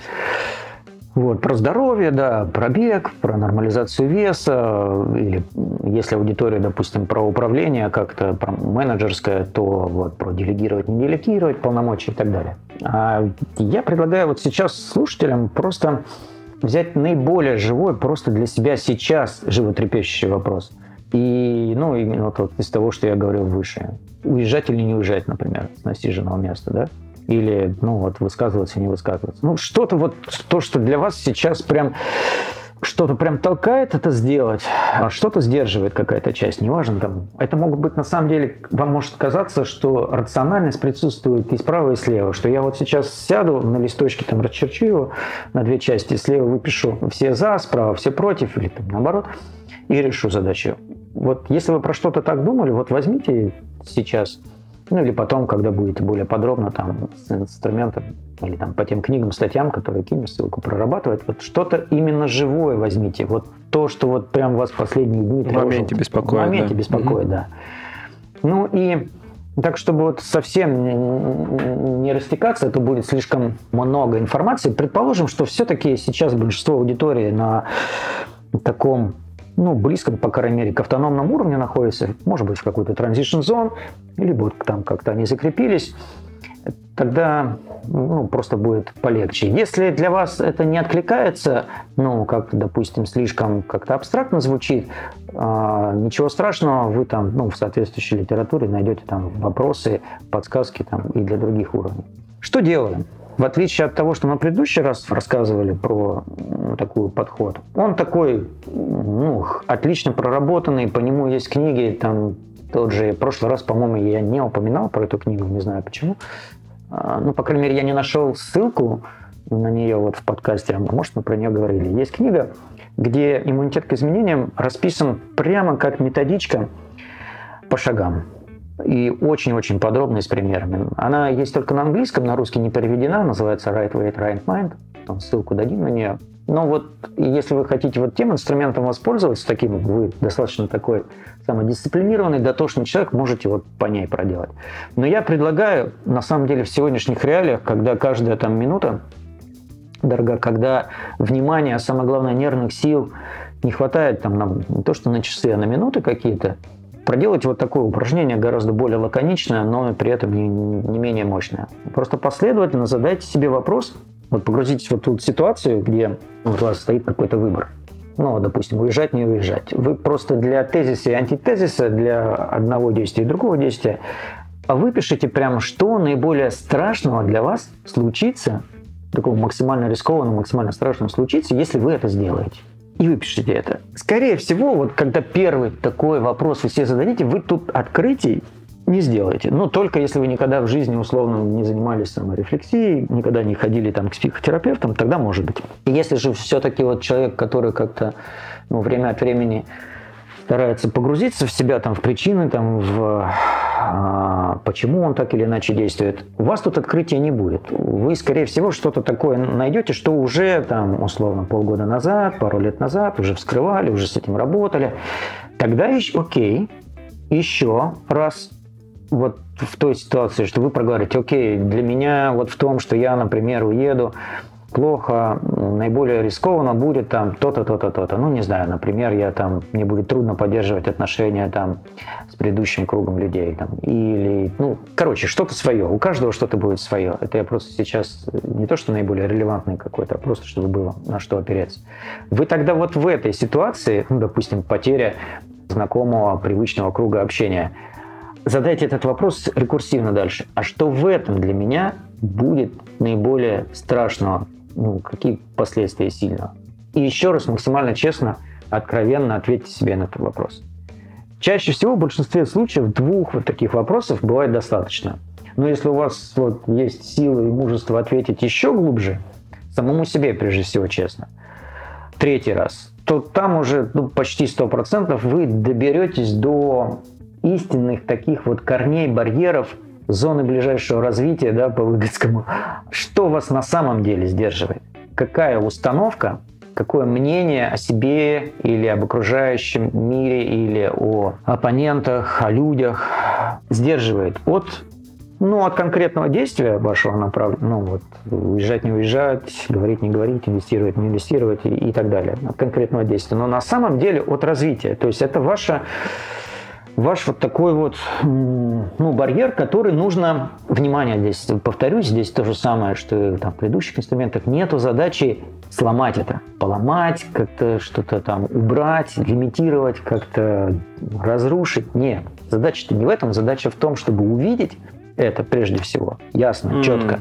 Вот, про здоровье, да, про бег, про нормализацию веса, или если аудитория, допустим, про управление как-то, про менеджерское, то вот про делегировать, не делегировать, полномочия и так далее. А я предлагаю вот сейчас слушателям просто взять наиболее живой, просто для себя сейчас животрепещущий вопрос. И, ну, именно вот из того, что я говорил выше. Уезжать или не уезжать, например, с насиженного места, да? Или, ну, вот, высказываться, не высказываться. Ну, что-то вот, то, что для вас сейчас прям, что-то прям толкает это сделать, а что-то сдерживает какая-то часть, неважно там. Это могут быть, на самом деле, вам может казаться, что рациональность присутствует и справа, и слева, что я вот сейчас сяду на листочке, там, расчерчу его на две части, слева выпишу все за, справа все против, или там наоборот, и решу задачу. Вот если вы про что-то так думали, вот возьмите сейчас, ну или потом, когда будете более подробно там с инструментом или там по тем книгам, статьям, которые кинем ссылку, прорабатывать, вот что-то именно живое возьмите, вот то, что вот прям вас последние дни в моменте беспокоит. В моменте да. беспокоит, mm-hmm. да. Ну и так, чтобы вот совсем не растекаться, это будет слишком много информации. Предположим, что все-таки сейчас большинство аудитории на таком, ну, близком, по крайней мере, к автономному уровню находится, может быть, в какой-то transition zone, или вот там как-то они закрепились, тогда, ну, просто будет полегче. Если для вас это не откликается, ну, как, допустим, слишком как-то абстрактно звучит, э, ничего страшного, вы там, ну, в соответствующей литературе найдете там вопросы, подсказки там и для других уровней. Что делаем? В отличие от того, что мы в предыдущий раз рассказывали про ну, такой подход, он такой, ну, отлично проработанный, по нему есть книги, там тот же, в прошлый раз, по-моему, я не упоминал про эту книгу, не знаю почему, ну, по крайней мере, я не нашел ссылку на нее вот в подкасте, а может, мы про нее говорили. Есть книга, где иммунитет к изменениям расписан прямо как методичка по шагам. И очень-очень подробно и с примерами. Она есть только на английском, на русский не переведена, называется Right Weight, Right Mind. Там ссылку дадим на нее. Но вот если вы хотите вот тем инструментом воспользоваться, таким вы достаточно такой самодисциплинированный, дотошный человек, можете вот по ней проделать. Но я предлагаю, на самом деле, в сегодняшних реалиях, когда каждая там минута дорога, когда внимания, а самое главное, нервных сил не хватает там на, не то что на часы, а на минуты какие-то, проделать вот такое упражнение гораздо более лаконичное, но при этом не, не менее мощное. Просто последовательно задайте себе вопрос, вот погрузитесь в вот ту ситуацию, где вот у вас стоит какой-то выбор. Ну, допустим, уезжать, не уезжать. Вы просто для тезиса и антитезиса, для одного действия и другого действия, выпишите прямо, что наиболее страшного для вас случится, такого максимально рискованного, максимально страшного случится, если вы это сделаете. И и вы пишите это. Скорее всего, вот когда первый такой вопрос вы себе зададите, вы тут открытий не сделаете. Ну, только если вы никогда в жизни, условно, не занимались саморефлексией, никогда не ходили там к психотерапевтам, тогда может быть. И если же все-таки вот человек, который как-то ну, время от времени старается погрузиться в себя, там, в причины, там, в а, почему он так или иначе действует, у вас тут открытия не будет. Вы, скорее всего, что-то такое найдете, что уже, там, условно, полгода назад, пару лет назад уже вскрывали, уже с этим работали. Тогда еще, окей, еще раз вот в той ситуации, что вы проговорите, окей, для меня вот в том, что я, например, уеду, плохо, наиболее рискованно будет там то-то, то-то, то-то. Ну, не знаю, например, я там, мне будет трудно поддерживать отношения там с предыдущим кругом людей. Там, или, ну, короче, что-то свое. У каждого что-то будет свое. Это я просто сейчас не то, что наиболее релевантный какой-то, а просто, чтобы было на что опереться. Вы тогда вот в этой ситуации, ну, допустим, потеря знакомого, привычного круга общения, задайте этот вопрос рекурсивно дальше. А что в этом для меня будет наиболее страшного? Ну, какие последствия сильного? И еще раз максимально честно, откровенно ответьте себе на этот вопрос. Чаще всего в большинстве случаев двух вот таких вопросов бывает достаточно. Но если у вас вот есть силы и мужество ответить еще глубже, самому себе прежде всего честно, третий раз, то там уже ну, почти сто процентов вы доберетесь до истинных таких вот корней, барьеров, зоны ближайшего развития, да, по Выгодскому. Что вас на самом деле сдерживает? Какая установка, какое мнение о себе или об окружающем мире, или о оппонентах, о людях сдерживает от, ну, от конкретного действия вашего направления, ну, вот, уезжать, не уезжать, говорить, не говорить, инвестировать, не инвестировать и, и так далее, от конкретного действия. Но на самом деле от развития. То есть это ваша Ваш вот такой вот ну, барьер, который нужно... Внимание, здесь повторюсь, здесь то же самое, что и там, в предыдущих инструментах. Нету задачи сломать это, поломать, как-то что-то там убрать, лимитировать, как-то разрушить. Нет, задача-то не в этом. Задача в том, чтобы увидеть это прежде всего, ясно, mm. четко.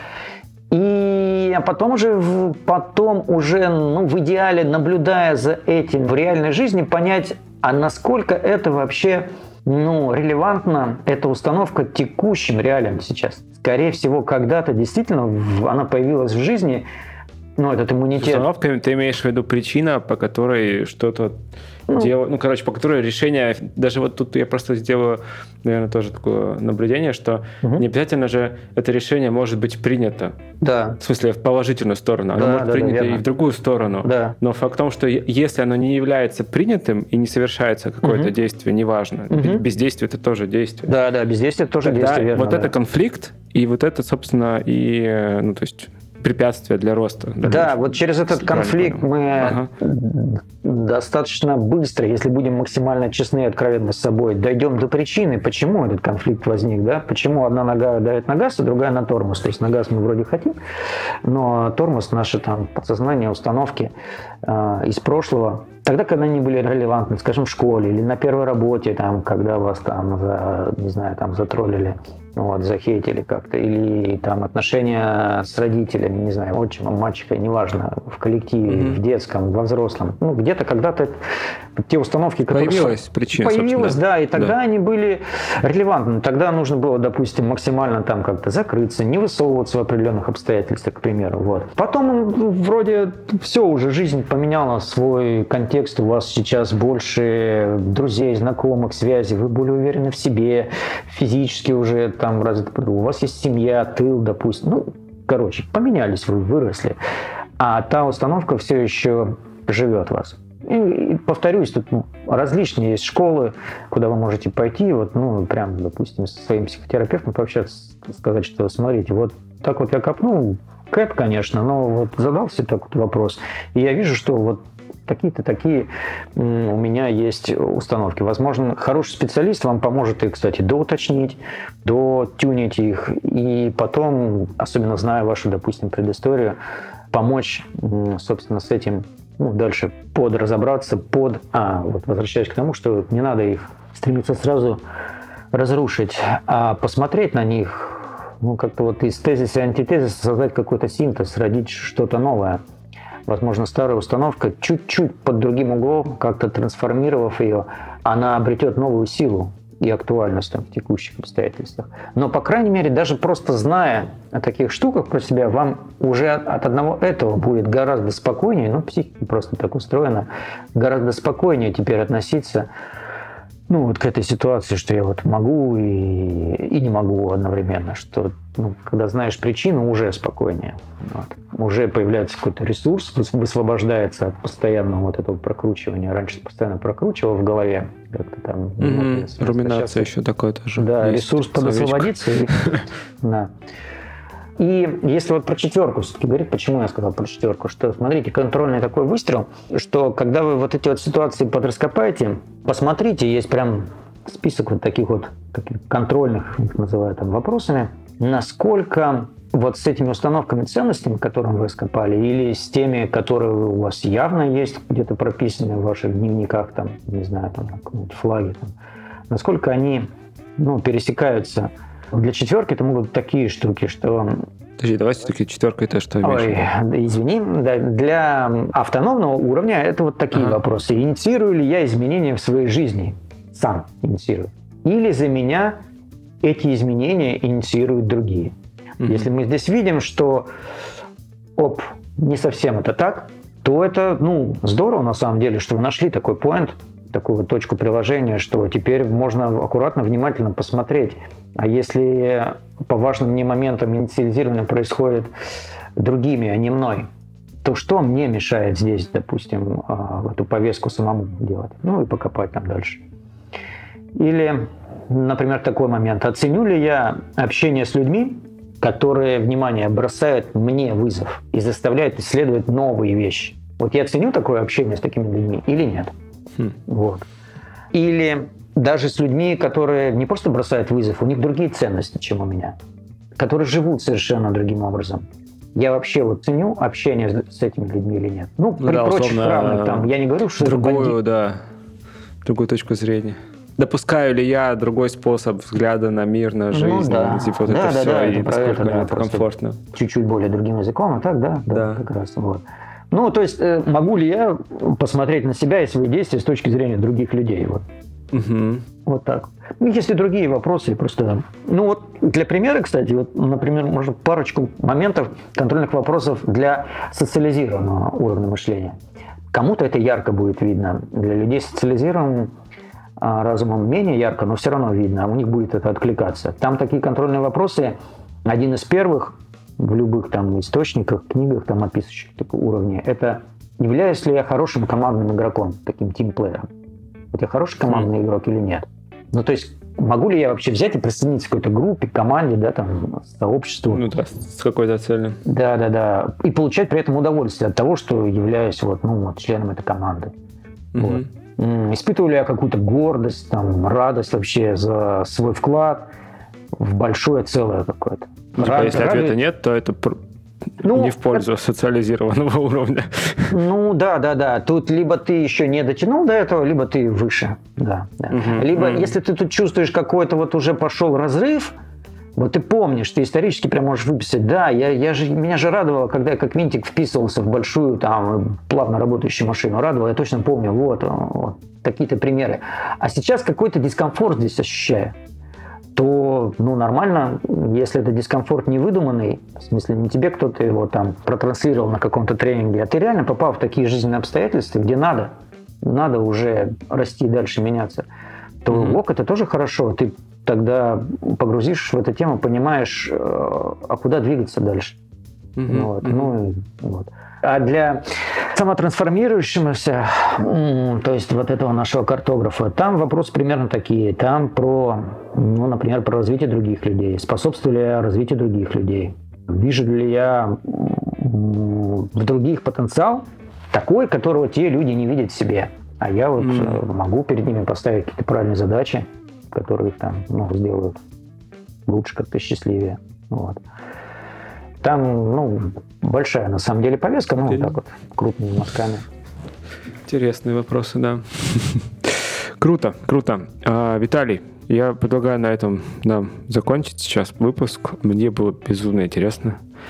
И а потом уже, потом уже ну, в идеале, наблюдая за этим в реальной жизни, понять, а насколько это вообще ну, релевантно, эта установка текущим реалиям сейчас. Скорее всего, когда-то действительно она появилась в жизни, ну, этот иммунитет. Установка, ты имеешь в виду причина, по которой что-то ну, делать, ну, короче, по которой решение, даже вот тут я просто сделаю, наверное, тоже такое наблюдение, что угу. не обязательно же это решение может быть принято. Да. В смысле, в положительную сторону. Оно да, может да, принято да, и в другую сторону. Да. Но факт в том, что если оно не является принятым и не совершается какое-то угу. действие, неважно, угу. бездействие — это тоже действие. Да, да, бездействие — это тоже Тогда действие, верно. Вот да. это конфликт, и вот это, собственно, и, ну, то есть... препятствия для роста. Да, да вот через этот конфликт мы ага. достаточно быстро, если будем максимально честны и откровенны с собой, дойдем до причины, почему этот конфликт возник, да, почему одна нога давит на газ, а другая на тормоз. То есть на газ мы вроде хотим, но тормоз, наше там подсознание, установки э, из прошлого, тогда, когда они были релевантны, скажем, в школе или на первой работе, там, когда вас там, за, не знаю, там затроллили, вот, захейтили как-то, или там отношения с родителями, не знаю, отчимом, мальчиком, неважно, в коллективе, mm-hmm. в детском, во взрослом. Ну, где-то когда-то те установки, которые... Появилась причина, Появилась, да, и тогда да. они были релевантны. Тогда нужно было, допустим, максимально там как-то закрыться, не высовываться в определенных обстоятельствах, к примеру. Вот. Потом ну, вроде все, уже жизнь поменяла свой контекст, у вас сейчас больше друзей, знакомых, связей, вы более уверены в себе, физически уже там развито, у вас есть семья, тыл, допустим. Ну, короче, поменялись вы, выросли. А та установка все еще живет в вас. И, и повторюсь, тут различные есть школы, куда вы можете пойти, вот, ну, прям, допустим, со своим психотерапевтом пообщаться, сказать, что смотрите, вот так вот я копнул, кэп, конечно, но вот задался так вот вопрос, и я вижу, что вот такие-то такие у меня есть установки. Возможно, хороший специалист вам поможет их, кстати, доуточнить, дотюнить их, и потом, особенно зная вашу, допустим, предысторию, помочь, собственно, с этим ну, дальше подразобраться, под... А, вот возвращаясь к тому, что не надо их стремиться сразу разрушить, а посмотреть на них, ну, как-то вот из тезиса и антитезиса создать какой-то синтез, родить что-то новое. возможно, старая установка, чуть-чуть под другим углом, как-то трансформировав ее, она обретет новую силу и актуальность там, в текущих обстоятельствах. Но, по крайней мере, даже просто зная о таких штуках про себя, вам уже от одного этого будет гораздо спокойнее, ну, психика просто так устроена, гораздо спокойнее теперь относиться ну, вот к этой ситуации, что я вот могу и, и не могу одновременно, что ну, когда знаешь причину, уже спокойнее. Вот. Уже появляется какой-то ресурс, высвобождается от постоянного вот этого прокручивания. Раньше постоянно прокручивал в голове. Как-то там, mm-hmm. Руминация сейчас, еще такое тоже. Да, ресурс подосвободится. И, да. И если вот про четверку все-таки говорить, почему я сказал про четверку, что, смотрите, контрольный такой выстрел, что когда вы вот эти вот ситуации подраскопаете, посмотрите, есть прям список вот таких вот таких контрольных, их называют там вопросами, насколько вот с этими установками, ценностями, которые вы раскопали, или с теми, которые у вас явно есть, где-то прописаны в ваших дневниках, там, не знаю, там, каком-нибудь флаге, там, насколько они, ну, пересекаются. Для четверки это могут быть такие штуки, что... Подожди, давай все-таки четверка это что имеешь? Ой, извини. Да, для автономного уровня это вот такие ага. вопросы. Инициирую ли я изменения в своей жизни? Сам инициирую. Или за меня эти изменения инициируют другие? Угу. Если мы здесь видим, что оп, не совсем это так, то это, ну, здорово на самом деле, что вы нашли такой поинт, такую вот точку приложения, что теперь можно аккуратно, внимательно посмотреть. А если по важным мне моментам инициализирование происходит другими, а не мной, то что мне мешает здесь, допустим, эту повестку самому делать? Ну и покопать там дальше. Или, например, такой момент. Оценю ли я общение с людьми, которые, внимание, бросают мне вызов и заставляют исследовать новые вещи? Вот я ценю такое общение с такими людьми или нет? Хм. Вот. Или даже с людьми, которые не просто бросают вызов, у них другие ценности, чем у меня, которые живут совершенно другим образом. Я вообще вот ценю общение с этими людьми или нет? Ну, ну при да, прочих условно, равных там, я не говорю, что другую, да, другую точку зрения. Допускаю ли я другой способ взгляда на мир, на жизнь, ну, да. типа вот да, это да, все, да, и это насколько это, мне да, это комфортно. Чуть-чуть более другим языком, а так, да, да, да. как раз, вот. Ну, то есть, могу ли я посмотреть на себя и свои действия с точки зрения других людей, вот. Угу. Вот так. Ну, если другие вопросы, просто... Ну, вот для примера, кстати, вот, например, можно парочку моментов, контрольных вопросов для социализированного уровня мышления. Кому-то это ярко будет видно. Для людей с социализированным а, разумом менее ярко, но все равно видно, у них будет это откликаться. Там такие контрольные вопросы, один из первых в любых там источниках, книгах, там описывающих такой уровни, это являюсь ли я хорошим командным игроком, таким тимплеером? Вот я хороший командный mm. игрок или нет? Ну, то есть, могу ли я вообще взять и присоединиться к какой-то группе, команде, да, там, сообществу? Ну да, с какой-то целью. Да, да, да. И получать при этом удовольствие от того, что являюсь вот, ну, вот, членом этой команды. Mm-hmm. Вот. Испытываю ли я какую-то гордость, там, радость вообще за свой вклад в большое целое какое-то? Ну, типа, Рад, если рад... ответа нет, то это... Ну, не в пользу это... социализированного уровня. Ну да, да, да. Тут либо ты еще не дотянул до этого, либо ты выше. Да, да. Угу, либо угу. если ты тут чувствуешь какой-то вот уже пошел разрыв, вот ты помнишь, ты исторически прям можешь выписать, да, я, я же, меня же радовало, когда я как винтик вписывался в большую там плавно работающую машину. Радовало, я точно помню, вот, вот такие-то примеры. А сейчас какой-то дискомфорт здесь ощущаю. То, ну, нормально, если это дискомфорт невыдуманный, в смысле, не тебе кто-то его там протранслировал на каком-то тренинге, а ты реально попал в такие жизненные обстоятельства, где надо, надо уже расти дальше, меняться, то mm-hmm. ок, это тоже хорошо. Ты тогда погрузишь в эту тему, понимаешь, а куда двигаться дальше. Mm-hmm. Вот, mm-hmm. ну, вот. А для самотрансформирующегося, то есть вот этого нашего картографа, там вопросы примерно такие. Там про, ну, например, про развитие других людей. Способствую ли я развитию других людей? Вижу ли я в других потенциал такой, которого те люди не видят в себе? А я вот mm. могу перед ними поставить какие-то правильные задачи, которые их там, ну, сделают лучше, как-то счастливее. Вот. Там, ну, большая, на самом деле, повестка, ну, вот так вот, крупными мазками. Интересные вопросы, да. Круто, круто. А, Виталий, я предлагаю на этом нам закончить сейчас выпуск. Мне было безумно интересно.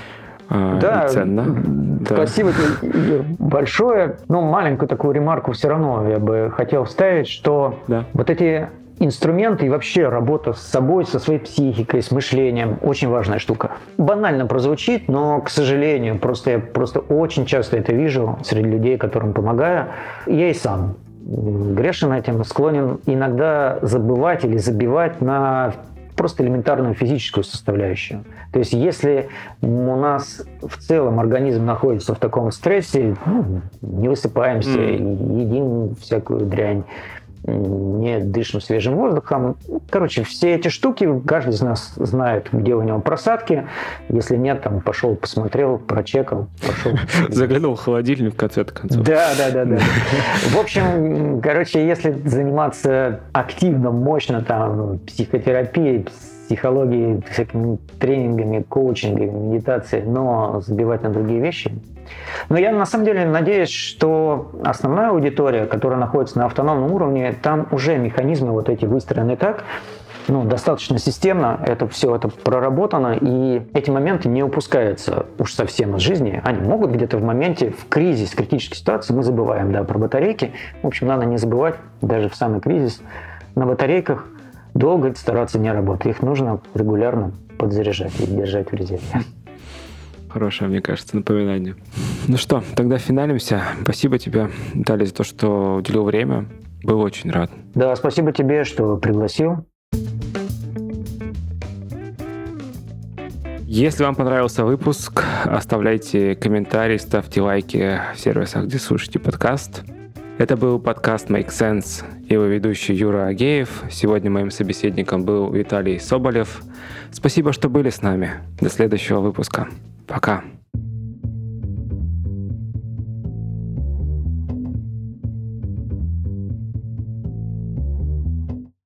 э, да, и ценно. Спасибо тебе, Юр, большое. Ну, маленькую такую ремарку все равно я бы хотел вставить, что да. вот эти инструменты и вообще работа с собой, со своей психикой, с мышлением – очень важная штука. Банально прозвучит, но, к сожалению, просто я просто очень часто это вижу среди людей, которым помогаю. Я и сам грешен этим, склонен иногда забывать или забивать на просто элементарную физическую составляющую. То есть если у нас в целом организм находится в таком стрессе, ну, не высыпаемся, mm. едим всякую дрянь, не дышим свежим воздухом. Короче, все эти штуки, каждый из нас знает, где у него просадки. Если нет, там пошел, посмотрел, прочекал, пошел. Заглянул в холодильник в конце концов. Да, да, да, да. В общем, короче, если заниматься активно, мощно там психотерапией, психологией, всякими тренингами, коучингами, медитацией, но забивать на другие вещи. Но я на самом деле надеюсь, что основная аудитория, которая находится на автономном уровне, там уже механизмы вот эти выстроены так, ну, достаточно системно, это все это проработано, и эти моменты не упускаются уж совсем из жизни. Они могут где-то в моменте, в кризис, в критической ситуации, мы забываем, да, про батарейки. В общем, надо не забывать, даже в самый кризис, на батарейках долго стараться не работать. Их нужно регулярно подзаряжать и держать в резерве. Хорошее, мне кажется, напоминание. Ну что, тогда финалимся. Спасибо тебе, Виталий, за то, что уделил время. Был очень рад. Да, спасибо тебе, что пригласил. Если вам понравился выпуск, оставляйте комментарии, ставьте лайки в сервисах, где слушаете подкаст. Это был подкаст Make Sense и его ведущий Юра Агеев. Сегодня моим собеседником был Виталий Соболев. Спасибо, что были с нами. До следующего выпуска. Пока.